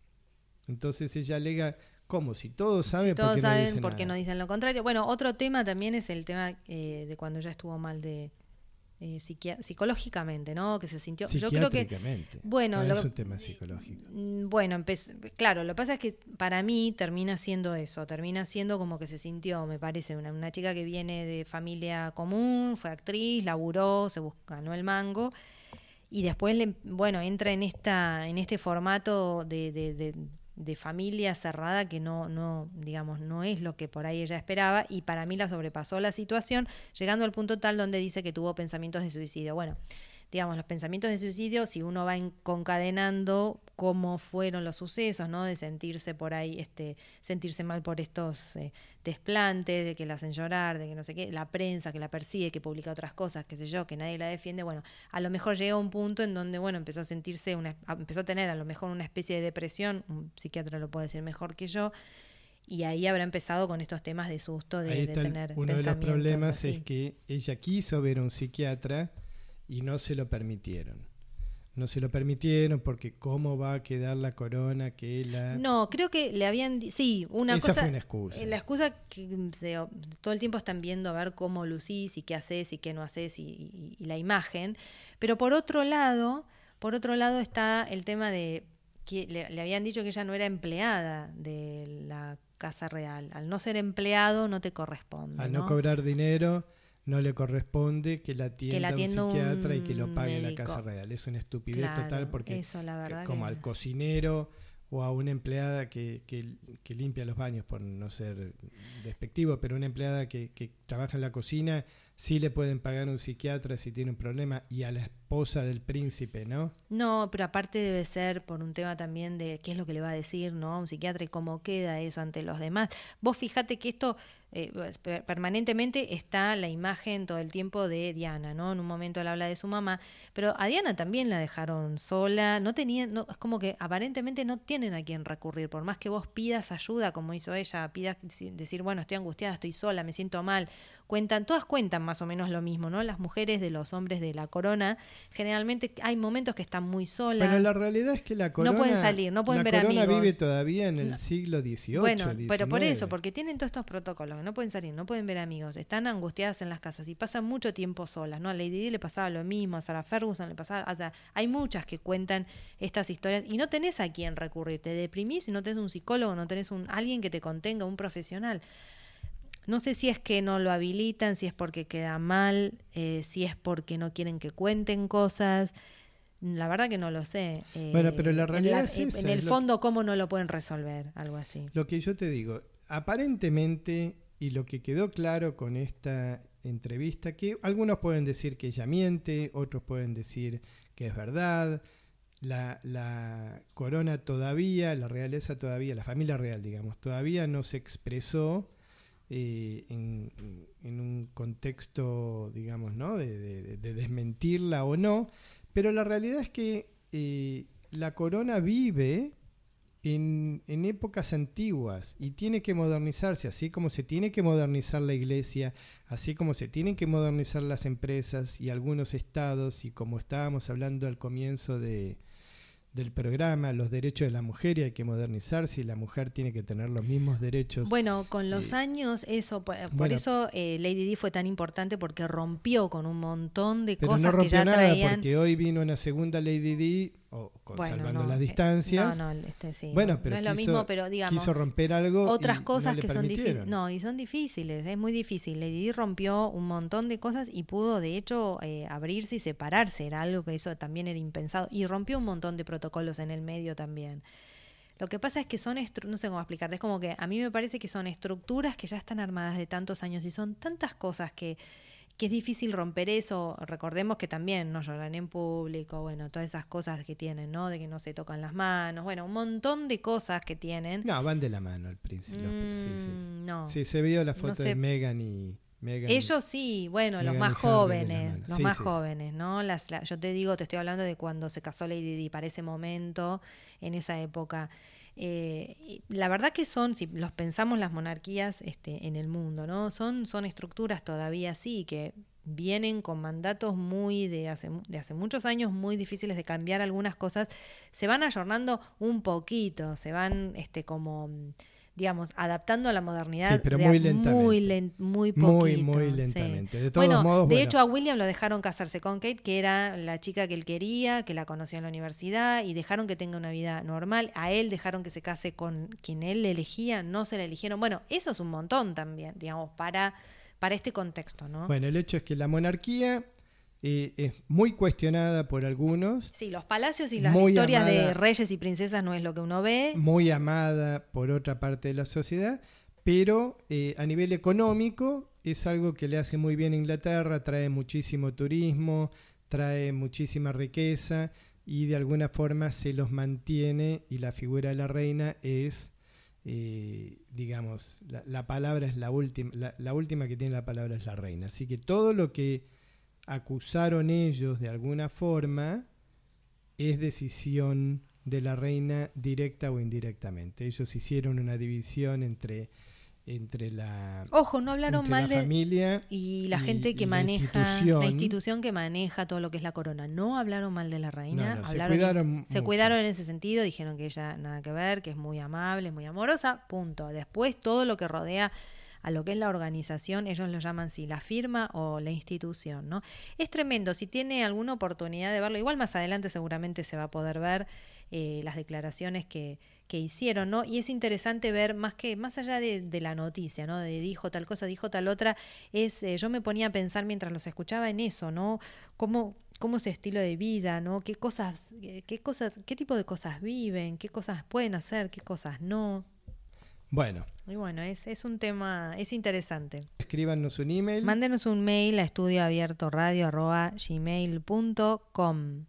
Entonces ella alega, ¿cómo? Si todos saben, si todos ¿por qué saben, no dicen ¿por qué nada? no dicen lo contrario? Bueno, otro tema también es el tema eh, de cuando ella estuvo mal de eh, psiqui- psicológicamente, ¿no? Que se sintió. Yo creo que bueno, no lo, es un tema psicológico. Bueno, empezó, claro, lo que pasa es que para mí termina siendo eso, termina siendo como que se sintió, me parece, una, una chica que viene de familia común, fue actriz, laburó, se buscó, ganó el mango. Y después, le, bueno, entra en esta en este formato de, de, de, de familia cerrada que no, no, digamos, no es lo que por ahí ella esperaba, y para mí la sobrepasó la situación, llegando al punto tal donde dice que tuvo pensamientos de suicidio. Bueno, digamos, los pensamientos de suicidio, si uno va concadenando cómo fueron los sucesos, ¿no? De sentirse por ahí, este, sentirse mal por estos eh, desplantes, de que la hacen llorar, de que no sé qué, la prensa que la persigue, que publica otras cosas, qué sé yo, que nadie la defiende, bueno, a lo mejor llega a un punto en donde, bueno, empezó a sentirse, una, empezó a tener a lo mejor una especie de depresión, un psiquiatra lo puede decir mejor que yo, y ahí habrá empezado con estos temas de susto, de, ahí de está tener uno de los problemas así. Es que ella quiso ver a un psiquiatra y no se lo permitieron. No se lo permitieron porque cómo va a quedar la corona que la... No, creo que le habían... Sí, una Esa cosa... fue una excusa. La excusa que se, todo el tiempo están viendo a ver cómo lucís y qué haces y qué no haces y, y, y la imagen. Pero por otro lado, por otro lado está el tema de que le, le habían dicho que ella no era empleada de la Casa Real. Al no ser empleado no te corresponde. Al no, no cobrar dinero... no le corresponde que la atienda, que la atienda un psiquiatra un y que lo pague médico. La Casa Real. Es una estupidez claro, total porque eso, la verdad como que... al cocinero o a una empleada que, que, que limpia los baños, por no ser despectivo, pero una empleada que, que trabaja en la cocina, sí le pueden pagar un psiquiatra si tiene un problema, y a la esposa del príncipe, ¿no? No, pero aparte debe ser por un tema también de qué es lo que le va a decir, ¿no? A un psiquiatra y cómo queda eso ante los demás. Vos fíjate que esto eh, permanentemente está la imagen todo el tiempo de Diana, ¿no? En un momento él habla de su mamá, pero a Diana también la dejaron sola, no tenían, no, es como que aparentemente no tienen a quién recurrir, por más que vos pidas ayuda, como hizo ella, pidas decir, bueno, estoy angustiada, estoy sola, me siento mal, cuentan, todas cuentan más o menos lo mismo, ¿no? Las mujeres de los hombres de la corona, generalmente hay momentos que están muy solas. Pero la realidad es que la corona... No pueden salir, no pueden ver amigos. La corona vive todavía en el no. siglo dieciocho, bueno, diecinueve. Pero por eso, porque tienen todos estos protocolos, no pueden salir, no pueden ver amigos, están angustiadas en las casas y pasan mucho tiempo solas, ¿no? A Lady Di le pasaba lo mismo, a Sarah Ferguson le pasaba, o sea, hay muchas que cuentan estas historias y no tenés a quién recurrir, te deprimís y no tenés un psicólogo, no tenés un alguien que te contenga, un profesional. No sé si es que no lo habilitan, si es porque queda mal, eh, si es porque no quieren que cuenten cosas. La verdad que no lo sé. Eh, bueno, pero la realidad en la, es esa, en el es fondo, que, ¿cómo no lo pueden resolver? Algo así. Lo que yo te digo, aparentemente y lo que quedó claro con esta entrevista, que algunos pueden decir que ella miente, otros pueden decir que es verdad. La, la corona todavía, la realeza todavía, la familia real, digamos, todavía no se expresó eh, en, en un contexto, digamos, ¿no? de, de, de desmentirla o no, pero la realidad es que eh, la corona vive en, en épocas antiguas y tiene que modernizarse, así como se tiene que modernizar la iglesia, así como se tienen que modernizar las empresas y algunos estados, y como estábamos hablando al comienzo de del programa, los derechos de la mujer, y hay que modernizarse y la mujer tiene que tener los mismos derechos. Bueno, con los eh, años, eso por, por bueno, eso eh, Lady Di fue tan importante, porque rompió con un montón de pero cosas no rompió que ya nada, traían. Porque hoy vino una segunda Lady Di, o con, bueno, salvando no, las distancias. No, no, este, sí, bueno, no, pero no es quiso, lo mismo, pero digamos, quiso romper algo. Otras cosas no que son difíciles. No, y son difíciles, es muy difícil. Lady Di rompió un montón de cosas y pudo, de hecho, eh, abrirse y separarse. Era algo que eso también era impensado. Y rompió un montón de protocolos en el medio también. Lo que pasa es que son, estru- no sé cómo explicarte, es como que a mí me parece que son estructuras que ya están armadas de tantos años y son tantas cosas que, que es difícil romper eso. Recordemos que también no lloran en público, bueno, todas esas cosas que tienen, ¿no? De que no se tocan las manos, bueno, un montón de cosas que tienen. No, van de la mano al principio. Mm, sí, sí, sí. No. Sí, se vio la foto no sé. de Meghan y... Meghan, Ellos sí, bueno, Meghan los más jóvenes, los sí, más sí, jóvenes, ¿no? Las, la, yo te digo, te estoy hablando de cuando se casó Lady Di, para ese momento, en esa época. Eh, la verdad que son, si los pensamos las monarquías este, en el mundo, ¿no? Son, son estructuras todavía así, que vienen con mandatos muy de hace, de hace muchos años, muy difíciles de cambiar algunas cosas, se van ayornando un poquito, se van este como... digamos, adaptando a la modernidad, sí, pero muy lentamente. Muy, len, muy poquito. Muy, muy lentamente. Sí. De todos bueno, modos, de bueno. hecho, a William lo dejaron casarse con Kate, que era la chica que él quería, que la conoció en la universidad, y dejaron que tenga una vida normal. A él dejaron que se case con quien él elegía, no se la eligieron. Bueno, eso es un montón también, digamos, para, para este contexto, ¿no? Bueno, el hecho es que la monarquía Eh, es muy cuestionada por algunos. Sí, los palacios y las historias amada, de reyes y princesas no es lo que uno ve. Muy amada por otra parte de la sociedad, pero eh, a nivel económico es algo que le hace muy bien a Inglaterra, trae muchísimo turismo, trae muchísima riqueza y de alguna forma se los mantiene, y la figura de la reina es, eh, digamos, la, la palabra es la última, la, la última que tiene la palabra es la reina. Así que todo lo que acusaron ellos de alguna forma es decisión de la reina directa o indirectamente. Ellos hicieron una división entre, entre la Ojo, no hablaron mal la de familia y la y, gente que y maneja la institución. la institución que maneja todo lo que es la corona. No hablaron mal de la reina, no, no, hablaron, se cuidaron en, se cuidaron en ese sentido, dijeron que ella nada que ver, que es muy amable, muy amorosa, punto. Después todo lo que rodea a lo que es la organización, ellos lo llaman así, la firma o la institución, ¿no? Es tremendo, si tiene alguna oportunidad de verlo, igual más adelante seguramente se va a poder ver eh, las declaraciones que, que hicieron, ¿no? Y es interesante ver, más que más allá de, de la noticia, ¿no? De dijo tal cosa, dijo tal otra, es eh, yo me ponía a pensar mientras los escuchaba en eso, ¿no? Cómo cómo es su estilo de vida, ¿no? Qué cosas, qué cosas, qué tipo de cosas viven, qué cosas pueden hacer, qué cosas no. Bueno. Y bueno, es, es un tema, es interesante. Escríbanos un email. Mándenos un mail a estudioabiertoradio arroba gmail punto com.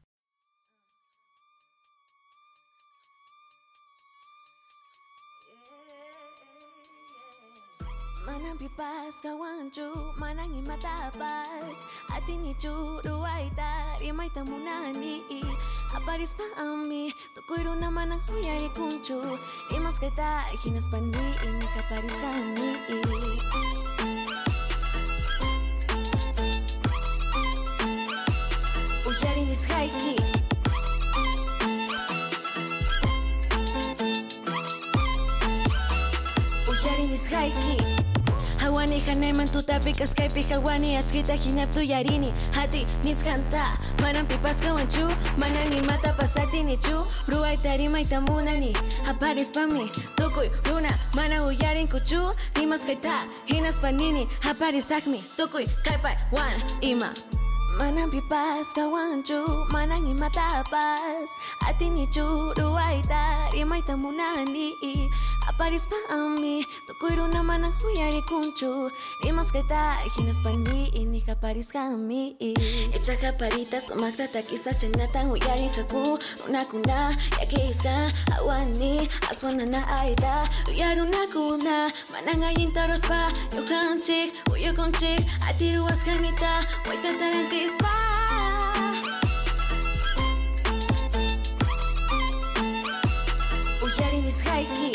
Manang pipas kawanchu, manang imatapas Ati ni churu aita, rimay tamunani Aparis pa ami, tukuiro na manang huyari kunchu Imas kita, hinas pani, ini kaparis kami Uyari nis haiki Uyari nis haiki Hawani hanayman tutapi Skype hawani achkita hinaptu yarini Hati niskanta Manang pipas kawanchu Manang imata pasati nichu Ruaita rimaita munani Aparis pami Tukuy runa Mana uyarin kuchu Rimas kaita Hinas panini Aparis akmi Tukuy kaipai wan ima Manang pipas kawanchu Manang imata pas Ati nichu Ruaita rimaita munani Aparis pa ami, tukuiro naman ang kuyari kuncho. Di mas kita, hinas pandi, ini kaparis kami. Echa kaparita, sumaktataki sa chanatang uyari kaku. Una kuna, yakis ka, awani, aswana na aita. Uyaru na kuna, manangayin taros pa. Yokan chik, uyakon chik, atiruas kanita, waitatarantis pa. Uyari nis haiki.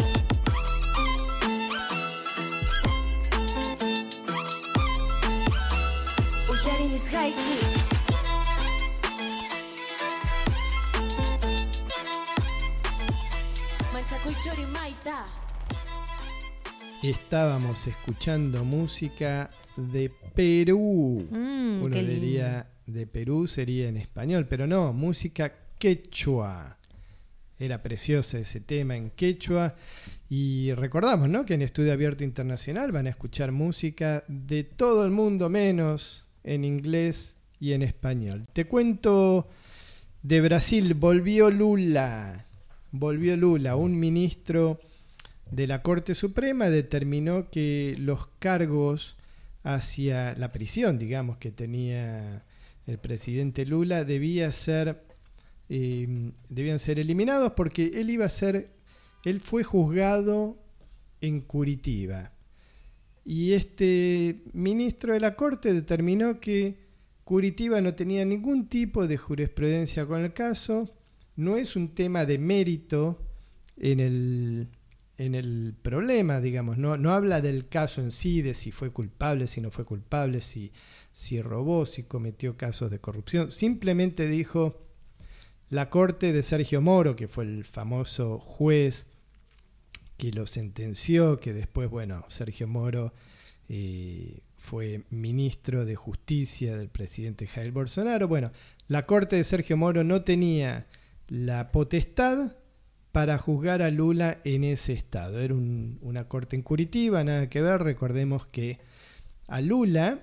Estábamos escuchando música de Perú. Mm, Uno diría de Perú sería en español, pero no, música quechua. Era precioso ese tema en quechua. Y recordamos, ¿no?, que en Estudio Abierto Internacional van a escuchar música de todo el mundo menos en inglés y en español. Te cuento de Brasil. Volvió Lula. Volvió Lula, un ministro de la Corte Suprema determinó que los cargos hacia la prisión, digamos, que tenía el presidente Lula debía ser, eh, debían ser eliminados porque él iba a ser, él fue juzgado en Curitiba. Y este ministro de la Corte determinó que Curitiba no tenía ningún tipo de jurisprudencia con el caso. No es un tema de mérito en el, en el problema, digamos. No, no habla del caso en sí, de si fue culpable, si no fue culpable, si, si robó, si cometió casos de corrupción. Simplemente dijo la corte de Sergio Moro, que fue el famoso juez que lo sentenció, que después, bueno, Sergio Moro eh, fue ministro de Justicia del presidente Jair Bolsonaro. Bueno, la corte de Sergio Moro no tenía la potestad para juzgar a Lula en ese estado. Era un, una corte en Curitiba, nada que ver. Recordemos que a Lula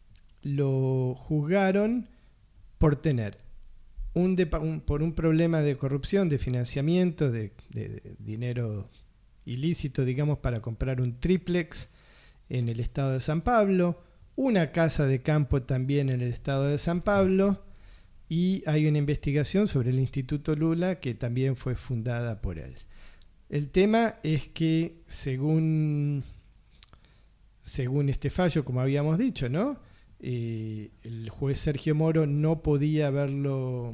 lo juzgaron por tener un, de, un por un problema de corrupción, de financiamiento, de, de, de dinero ilícito, digamos, para comprar un triplex en el estado de San Pablo, una casa de campo también en el estado de San Pablo, y hay una investigación sobre el Instituto Lula que también fue fundada por él. El tema es que según, según este fallo, como habíamos dicho, ¿no?, eh, el juez Sergio Moro no podía haberlo,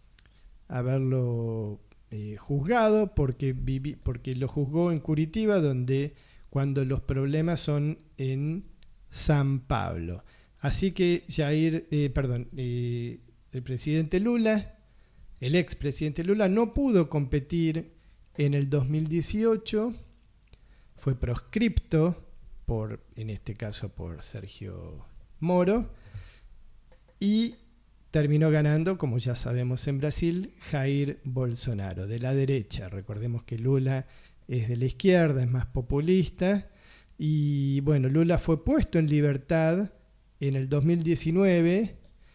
haberlo eh, juzgado porque, viví, porque lo juzgó en Curitiba, donde cuando los problemas son en San Pablo. Así que Jair, eh, perdón, eh, el presidente Lula, el expresidente Lula, no pudo competir en el dos mil dieciocho, fue proscripto por, en este caso por Sergio Moro, y terminó ganando, como ya sabemos en Brasil, Jair Bolsonaro, de la derecha. Recordemos que Lula es de la izquierda, es más populista, y bueno, Lula fue puesto en libertad en el dos mil diecinueve.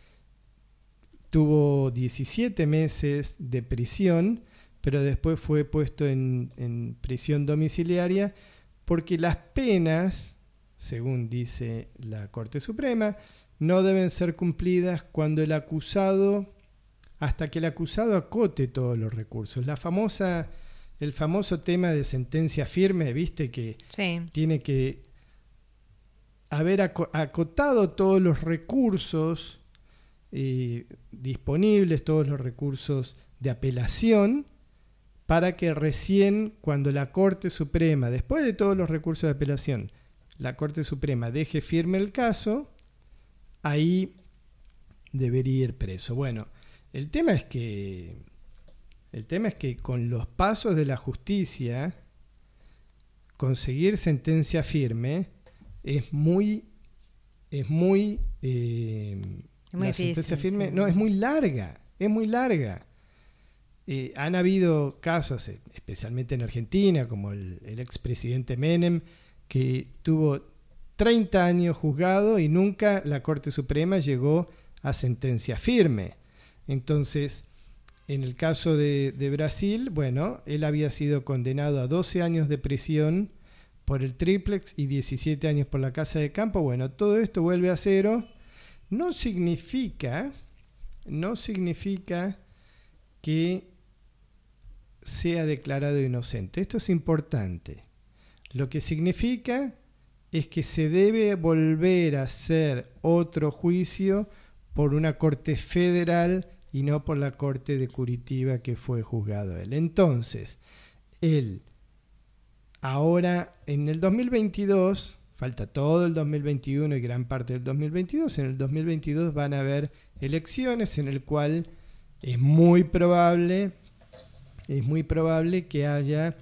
Tuvo diecisiete meses de prisión, pero después fue puesto en, en prisión domiciliaria porque las penas, según dice la Corte Suprema, no deben ser cumplidas cuando el acusado, hasta que el acusado acote todos los recursos. La famosa, el famoso tema de sentencia firme, viste, que sí, tiene que haber acotado todos los recursos Eh, disponibles, todos los recursos de apelación, para que recién cuando la Corte Suprema, después de todos los recursos de apelación, la Corte Suprema deje firme el caso, ahí debería ir preso. Bueno, el tema es que el tema es que con los pasos de la justicia, conseguir sentencia firme es muy es muy eh, Muy la difícil, sentencia firme, sí. no, es muy larga, es muy larga. Eh, han habido casos, eh, especialmente en Argentina, como el, el expresidente Menem, que tuvo treinta años juzgado y nunca la Corte Suprema llegó a sentencia firme. Entonces, en el caso de, de Brasil, bueno, él había sido condenado a doce años de prisión por el triplex y diecisiete años por la casa de campo. Bueno, todo esto vuelve a cero. No significa, no significa que sea declarado inocente. Esto es importante. Lo que significa es que se debe volver a hacer otro juicio por una corte federal y no por la corte de Curitiba que fue juzgado él. Entonces, él, ahora en el dos mil veintidós, falta todo el dos mil veintiuno y gran parte del dos mil veintidós, en el dos mil veintidós van a haber elecciones en el cual es muy probable, es muy probable que haya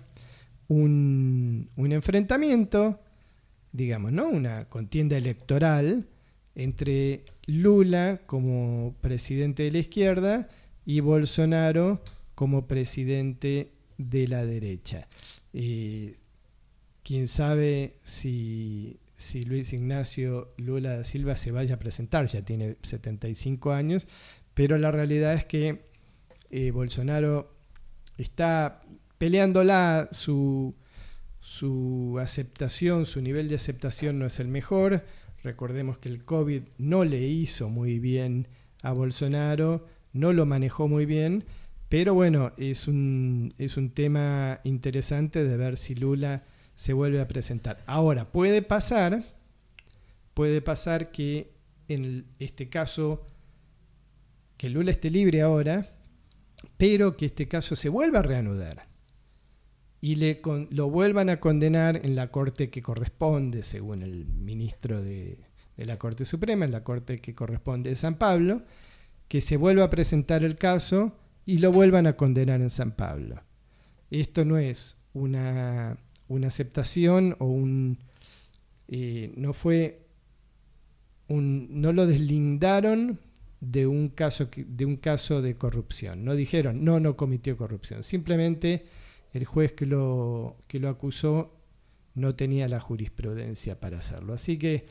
un, un enfrentamiento, digamos, ¿no? Una contienda electoral entre Lula como presidente de la izquierda y Bolsonaro como presidente de la derecha. Eh, quién sabe si, si Luis Ignacio Lula da Silva se vaya a presentar, ya tiene setenta y cinco años, pero la realidad es que eh, Bolsonaro está peleándola, su, su aceptación, su nivel de aceptación no es el mejor. Recordemos que el COVID no le hizo muy bien a Bolsonaro, no lo manejó muy bien, pero bueno, es un, es un tema interesante de ver si Lula se vuelve a presentar. Ahora, puede pasar, puede pasar que en el, este caso, que Lula esté libre ahora, pero que este caso se vuelva a reanudar y le con, lo vuelvan a condenar en la corte que corresponde, según el ministro de, de la Corte Suprema, en la corte que corresponde de San Pablo, que se vuelva a presentar el caso y lo vuelvan a condenar en San Pablo. Esto no es una, una aceptación o un... Eh, no fue un... no lo deslindaron de un caso de un caso de corrupción. No dijeron, no, no cometió corrupción. Simplemente el juez que lo, que lo acusó no tenía la jurisprudencia para hacerlo. Así que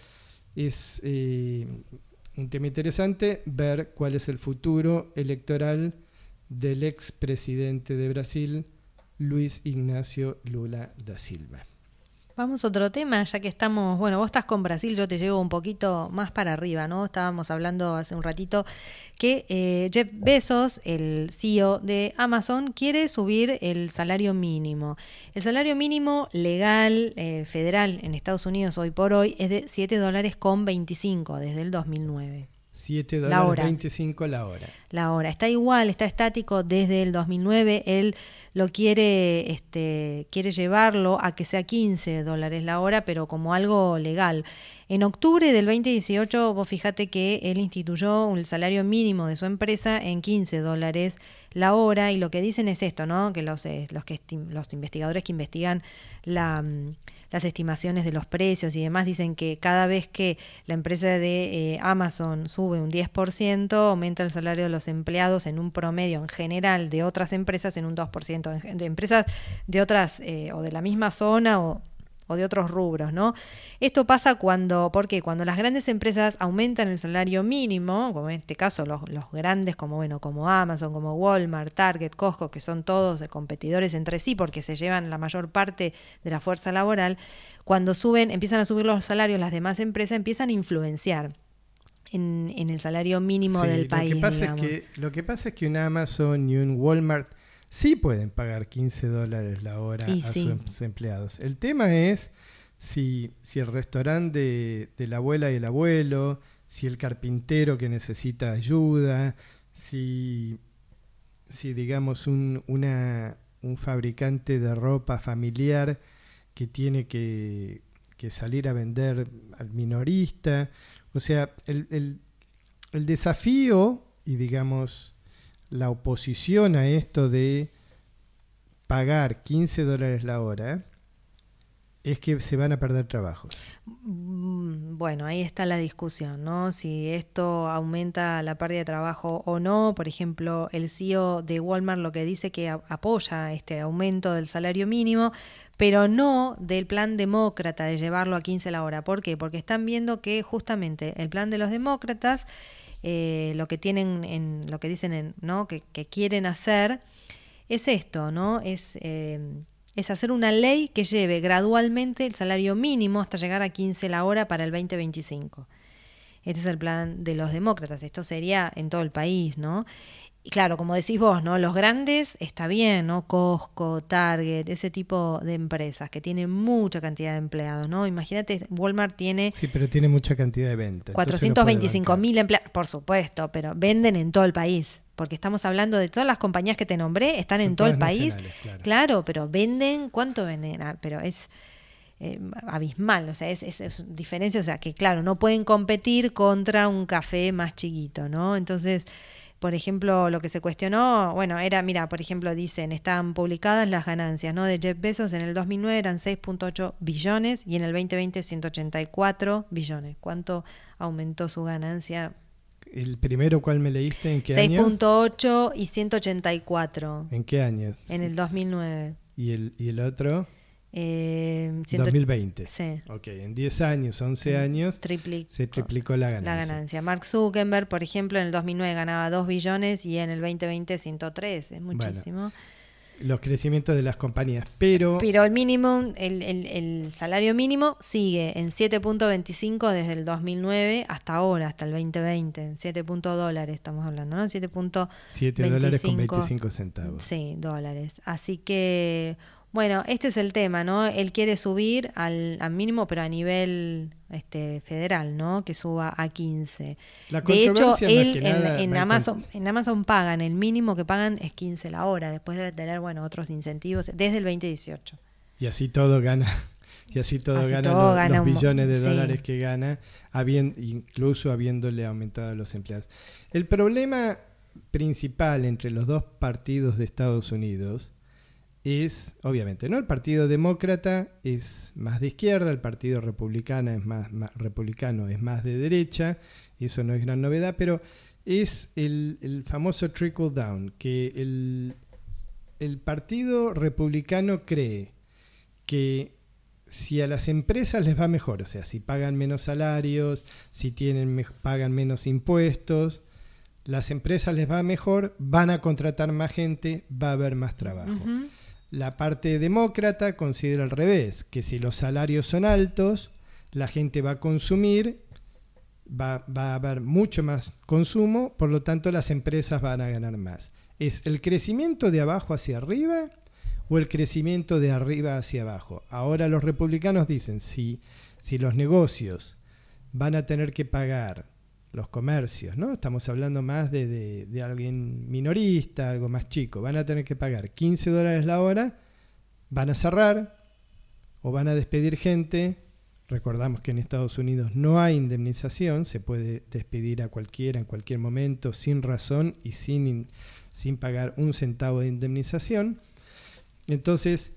es eh, un tema interesante ver cuál es el futuro electoral del expresidente de Brasil, Luis Ignacio Lula da Silva. Vamos a otro tema, ya que estamos, bueno, vos estás con Brasil, yo te llevo un poquito más para arriba, ¿no? Estábamos hablando hace un ratito que eh, Jeff Bezos, el C E O de Amazon, quiere subir el salario mínimo. El salario mínimo legal, eh, federal en Estados Unidos hoy por hoy es de siete dólares con veinticinco desde el dos mil nueve. siete dólares veinticinco la hora. La hora. Está igual, está estático desde el dos mil nueve. Él lo quiere, este, quiere llevarlo a que sea quince dólares la hora, pero como algo legal. En octubre del veinte dieciocho, vos fíjate que él instituyó el salario mínimo de su empresa en quince dólares la hora, y lo que dicen es esto, ¿no? Que los, eh, los, que esti- los investigadores que investigan la, las estimaciones de los precios y demás dicen que cada vez que la empresa de eh, Amazon sube un diez por ciento, aumenta el salario de los empleados en un promedio en general de otras empresas en un dos por ciento, de empresas de otras eh, o de la misma zona o o de otros rubros, ¿no? Esto pasa cuando, ¿por qué? Cuando las grandes empresas aumentan el salario mínimo, como en este caso los, los grandes como, bueno, como Amazon, como Walmart, Target, Costco, que son todos competidores entre sí porque se llevan la mayor parte de la fuerza laboral, cuando suben, empiezan a subir los salarios, las demás empresas empiezan a influenciar en, en el salario mínimo sí, del lo país, que pasa digamos. Es que, lo que pasa es que un Amazon y un Walmart sí pueden pagar quince dólares la hora y a sí. sus empleados. El tema es si, si el restaurante de, de la abuela y el abuelo, si el carpintero que necesita ayuda, si, si digamos un, una, un fabricante de ropa familiar que tiene que, que salir a vender al minorista. O sea, el, el, el desafío y digamos la oposición a esto de pagar quince dólares la hora es que se van a perder trabajos. Bueno, ahí está la discusión, ¿no? Si esto aumenta la pérdida de trabajo o no. Por ejemplo, el C E O de Walmart lo que dice que a- apoya este aumento del salario mínimo, pero no del plan demócrata de llevarlo a quince la hora. ¿Por qué? Porque están viendo que justamente el plan de los demócratas eh, lo que tienen, en lo que dicen, en, ¿no? que, que quieren hacer, es esto, ¿no? Es, eh, es hacer una ley que lleve gradualmente el salario mínimo hasta llegar a quince la hora para el veinte veinticinco. Este es el plan de los demócratas. Esto sería en todo el país, ¿no? Y claro, como decís vos, ¿no? Los grandes está bien, ¿no? Costco, Target, ese tipo de empresas que tienen mucha cantidad de empleados, ¿no? Imagínate, Walmart tiene... Sí, pero tiene mucha cantidad de ventas. cuatrocientos veinticinco mil empleados, por supuesto, pero venden en todo el país. Porque estamos hablando de todas las compañías que te nombré, están Son en todo el todas país. nacionales, claro. Claro, pero venden, ¿cuánto venden? Ah, pero es... Eh, abismal, o sea, es, es, es diferencia, o sea, que claro, no pueden competir contra un café más chiquito, ¿no? Entonces, por ejemplo, lo que se cuestionó, bueno, era, mira, por ejemplo, dicen, están publicadas las ganancias, ¿no? De Jeff Bezos en el dos mil nueve eran seis punto ocho billones y en el veinte veinte ciento ochenta y cuatro billones. ¿Cuánto aumentó su ganancia? ¿El primero cuál me leíste? ¿En qué año? seis punto ocho y ciento ochenta y cuatro. ¿En qué año? En el dos mil nueve. ¿Y el, y el otro? Eh, ciento... dos mil veinte. Sí. Ok, en diez años, once años, Triplicó se triplicó la ganancia. La ganancia. Mark Zuckerberg, por ejemplo, en el dos mil nueve ganaba dos billones y en el veinte veinte ciento tres. Es muchísimo. Bueno, los crecimientos de las compañías, pero... Pero el mínimo, el, el, el salario mínimo sigue en siete punto veinticinco desde el dos mil nueve hasta ahora, hasta el veinte veinte. siete dólares estamos hablando, ¿no? siete punto veinticinco. siete dólares con veinticinco centavos. Sí, dólares. Así que... Bueno, este es el tema, ¿no? Él quiere subir al, al mínimo, pero a nivel este, federal, ¿no? Que suba a quince. La de hecho, él en, en, Amazon, en Amazon pagan, el mínimo que pagan es quince la hora, después de tener, bueno, otros incentivos desde el veinte dieciocho. Y así todo gana, y así todo así gana todo los, gana los un, billones de sí. dólares que gana, habiendo, incluso habiéndole aumentado a los empleados. El problema principal entre los dos partidos de Estados Unidos es, obviamente, ¿no? El Partido Demócrata es más de izquierda, el Partido Republicano es más, más, republicano es más de derecha, y eso no es gran novedad, pero es el, el famoso trickle down, que el, el Partido Republicano cree que si a las empresas les va mejor, o sea, si pagan menos salarios, si tienen pagan menos impuestos, las empresas les va mejor, van a contratar más gente, va a haber más trabajo. Uh-huh. La parte demócrata considera al revés, que si los salarios son altos, la gente va a consumir, va, va a haber mucho más consumo, por lo tanto las empresas van a ganar más. ¿Es el crecimiento de abajo hacia arriba o el crecimiento de arriba hacia abajo? Ahora los republicanos dicen, si, si los negocios van a tener que pagar, los comercios, ¿no? Estamos hablando más de, de, de alguien minorista, algo más chico, van a tener que pagar quince dólares la hora, van a cerrar o van a despedir gente. Recordamos que en Estados Unidos no hay indemnización, se puede despedir a cualquiera en cualquier momento sin razón y sin, sin pagar un centavo de indemnización. Entonces,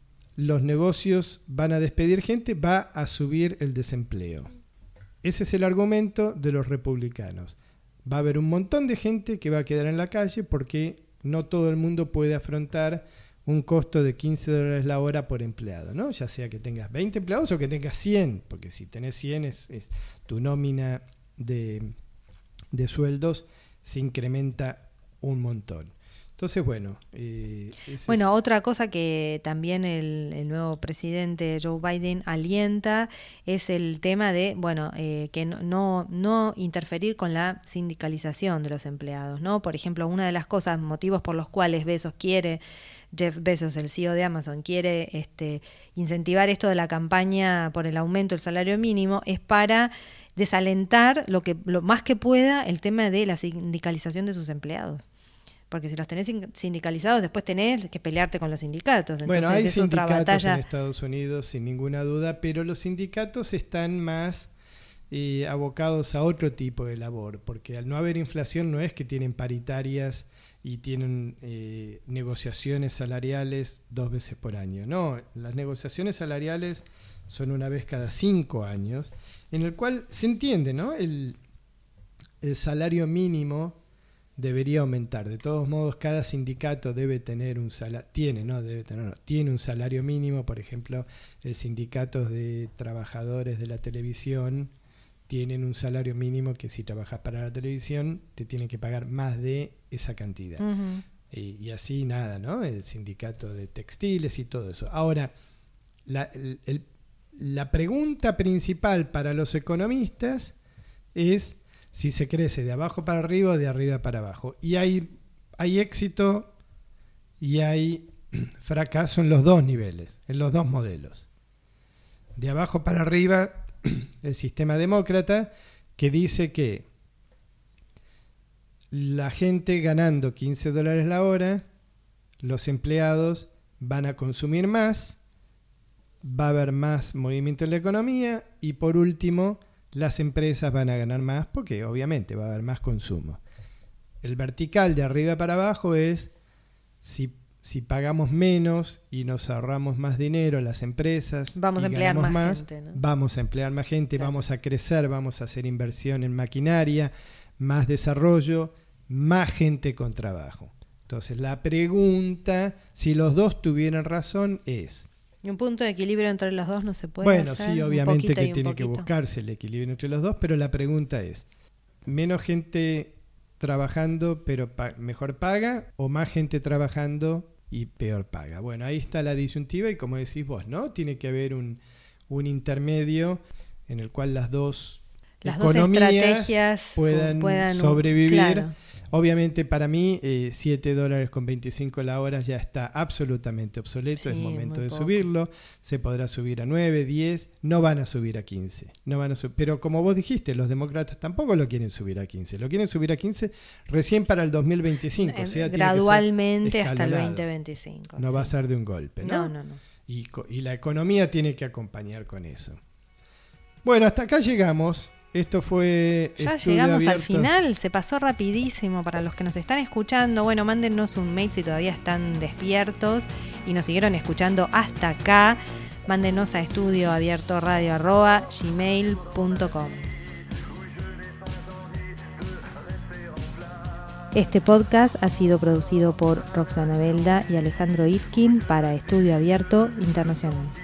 los negocios van a despedir gente, va a subir el desempleo. Ese es el argumento de los republicanos. Va a haber un montón de gente que va a quedar en la calle porque no todo el mundo puede afrontar un costo de quince dólares la hora por empleado, ¿no? Ya sea que tengas veinte empleados o que tengas cien, porque si tenés cien es, es tu nómina de, de sueldos se incrementa un montón. Entonces, bueno... Eh, bueno, es... otra cosa que también el, el nuevo presidente Joe Biden alienta es el tema de, bueno, eh, que no, no, no interferir con la sindicalización de los empleados, ¿no? Por ejemplo, una de las cosas, motivos por los cuales Bezos quiere, Jeff Bezos, el C E O de Amazon, quiere este, incentivar esto de la campaña por el aumento del salario mínimo, es para desalentar lo que lo más que pueda el tema de la sindicalización de sus empleados. Porque si los tenés sindicalizados, después tenés que pelearte con los sindicatos. Entonces, bueno, hay es sindicatos otra batalla. en Estados Unidos, sin ninguna duda, pero los sindicatos están más eh, abocados a otro tipo de labor, porque al no haber inflación no es que tienen paritarias y tienen eh, negociaciones salariales dos veces por año. No, las negociaciones salariales son una vez cada cinco años, en el cual se entiende, ¿no? El, el salario mínimo debería aumentar. De todos modos, cada sindicato debe tener un salario, tiene, no debe tener, no, tiene un salario mínimo. Por ejemplo, el sindicato de trabajadores de la televisión tienen un salario mínimo que si trabajas para la televisión te tienen que pagar más de esa cantidad. Uh-huh. y, y así nada, ¿no? El sindicato de textiles y todo eso. Ahora, la, el, el, la pregunta principal para los economistas es si se crece de abajo para arriba o de arriba para abajo. Y hay, hay éxito y hay fracaso en los dos niveles, en los dos modelos. De abajo para arriba, el sistema demócrata, que dice que la gente ganando quince dólares la hora, los empleados van a consumir más, va a haber más movimiento en la economía y por último las empresas van a ganar más porque obviamente va a haber más consumo. El vertical de arriba para abajo es si, si pagamos menos y nos ahorramos más dinero las empresas, vamos y a emplear más, más gente, ¿no? Vamos a emplear más gente, claro. Vamos a crecer, vamos a hacer inversión en maquinaria, más desarrollo, más gente con trabajo. Entonces la pregunta, si los dos tuvieran razón, es... Un punto de equilibrio entre los dos no se puede Bueno, hacer. sí, obviamente que tiene poquito. que buscarse el equilibrio entre los dos, pero la pregunta es, ¿menos gente trabajando pero pa- mejor paga o más gente trabajando y peor paga? Bueno, ahí está la disyuntiva y como decís vos, ¿no? Tiene que haber un, un intermedio en el cual las dos las dos economías estrategias puedan, puedan sobrevivir. Claro. Obviamente para mí eh, siete dólares con veinticinco la hora ya está absolutamente obsoleto, Sí, es momento de poco. subirlo, se podrá subir a nueve, diez, no van a subir a quince, no van a sub- pero como vos dijiste, los demócratas tampoco lo quieren subir a quince, lo quieren subir a quince recién para el dos mil veinticinco, Eh, o sea, gradualmente tiene que ser hasta el escalonado. veinte veinticinco. No sí. va a ser de un golpe, ¿no? No, no, no. Y, co- y la economía tiene que acompañar con eso. Bueno, hasta acá llegamos. Esto fue Ya Estudio llegamos al Abierto. final, se pasó rapidísimo para los que nos están escuchando. Bueno, mándennos un mail si todavía están despiertos y nos siguieron escuchando hasta acá. Mándenos a estudioabiertoradio arroba gmail punto com. Este podcast ha sido producido por Roxana Belda y Alejandro Itkin para Estudio Abierto Internacional.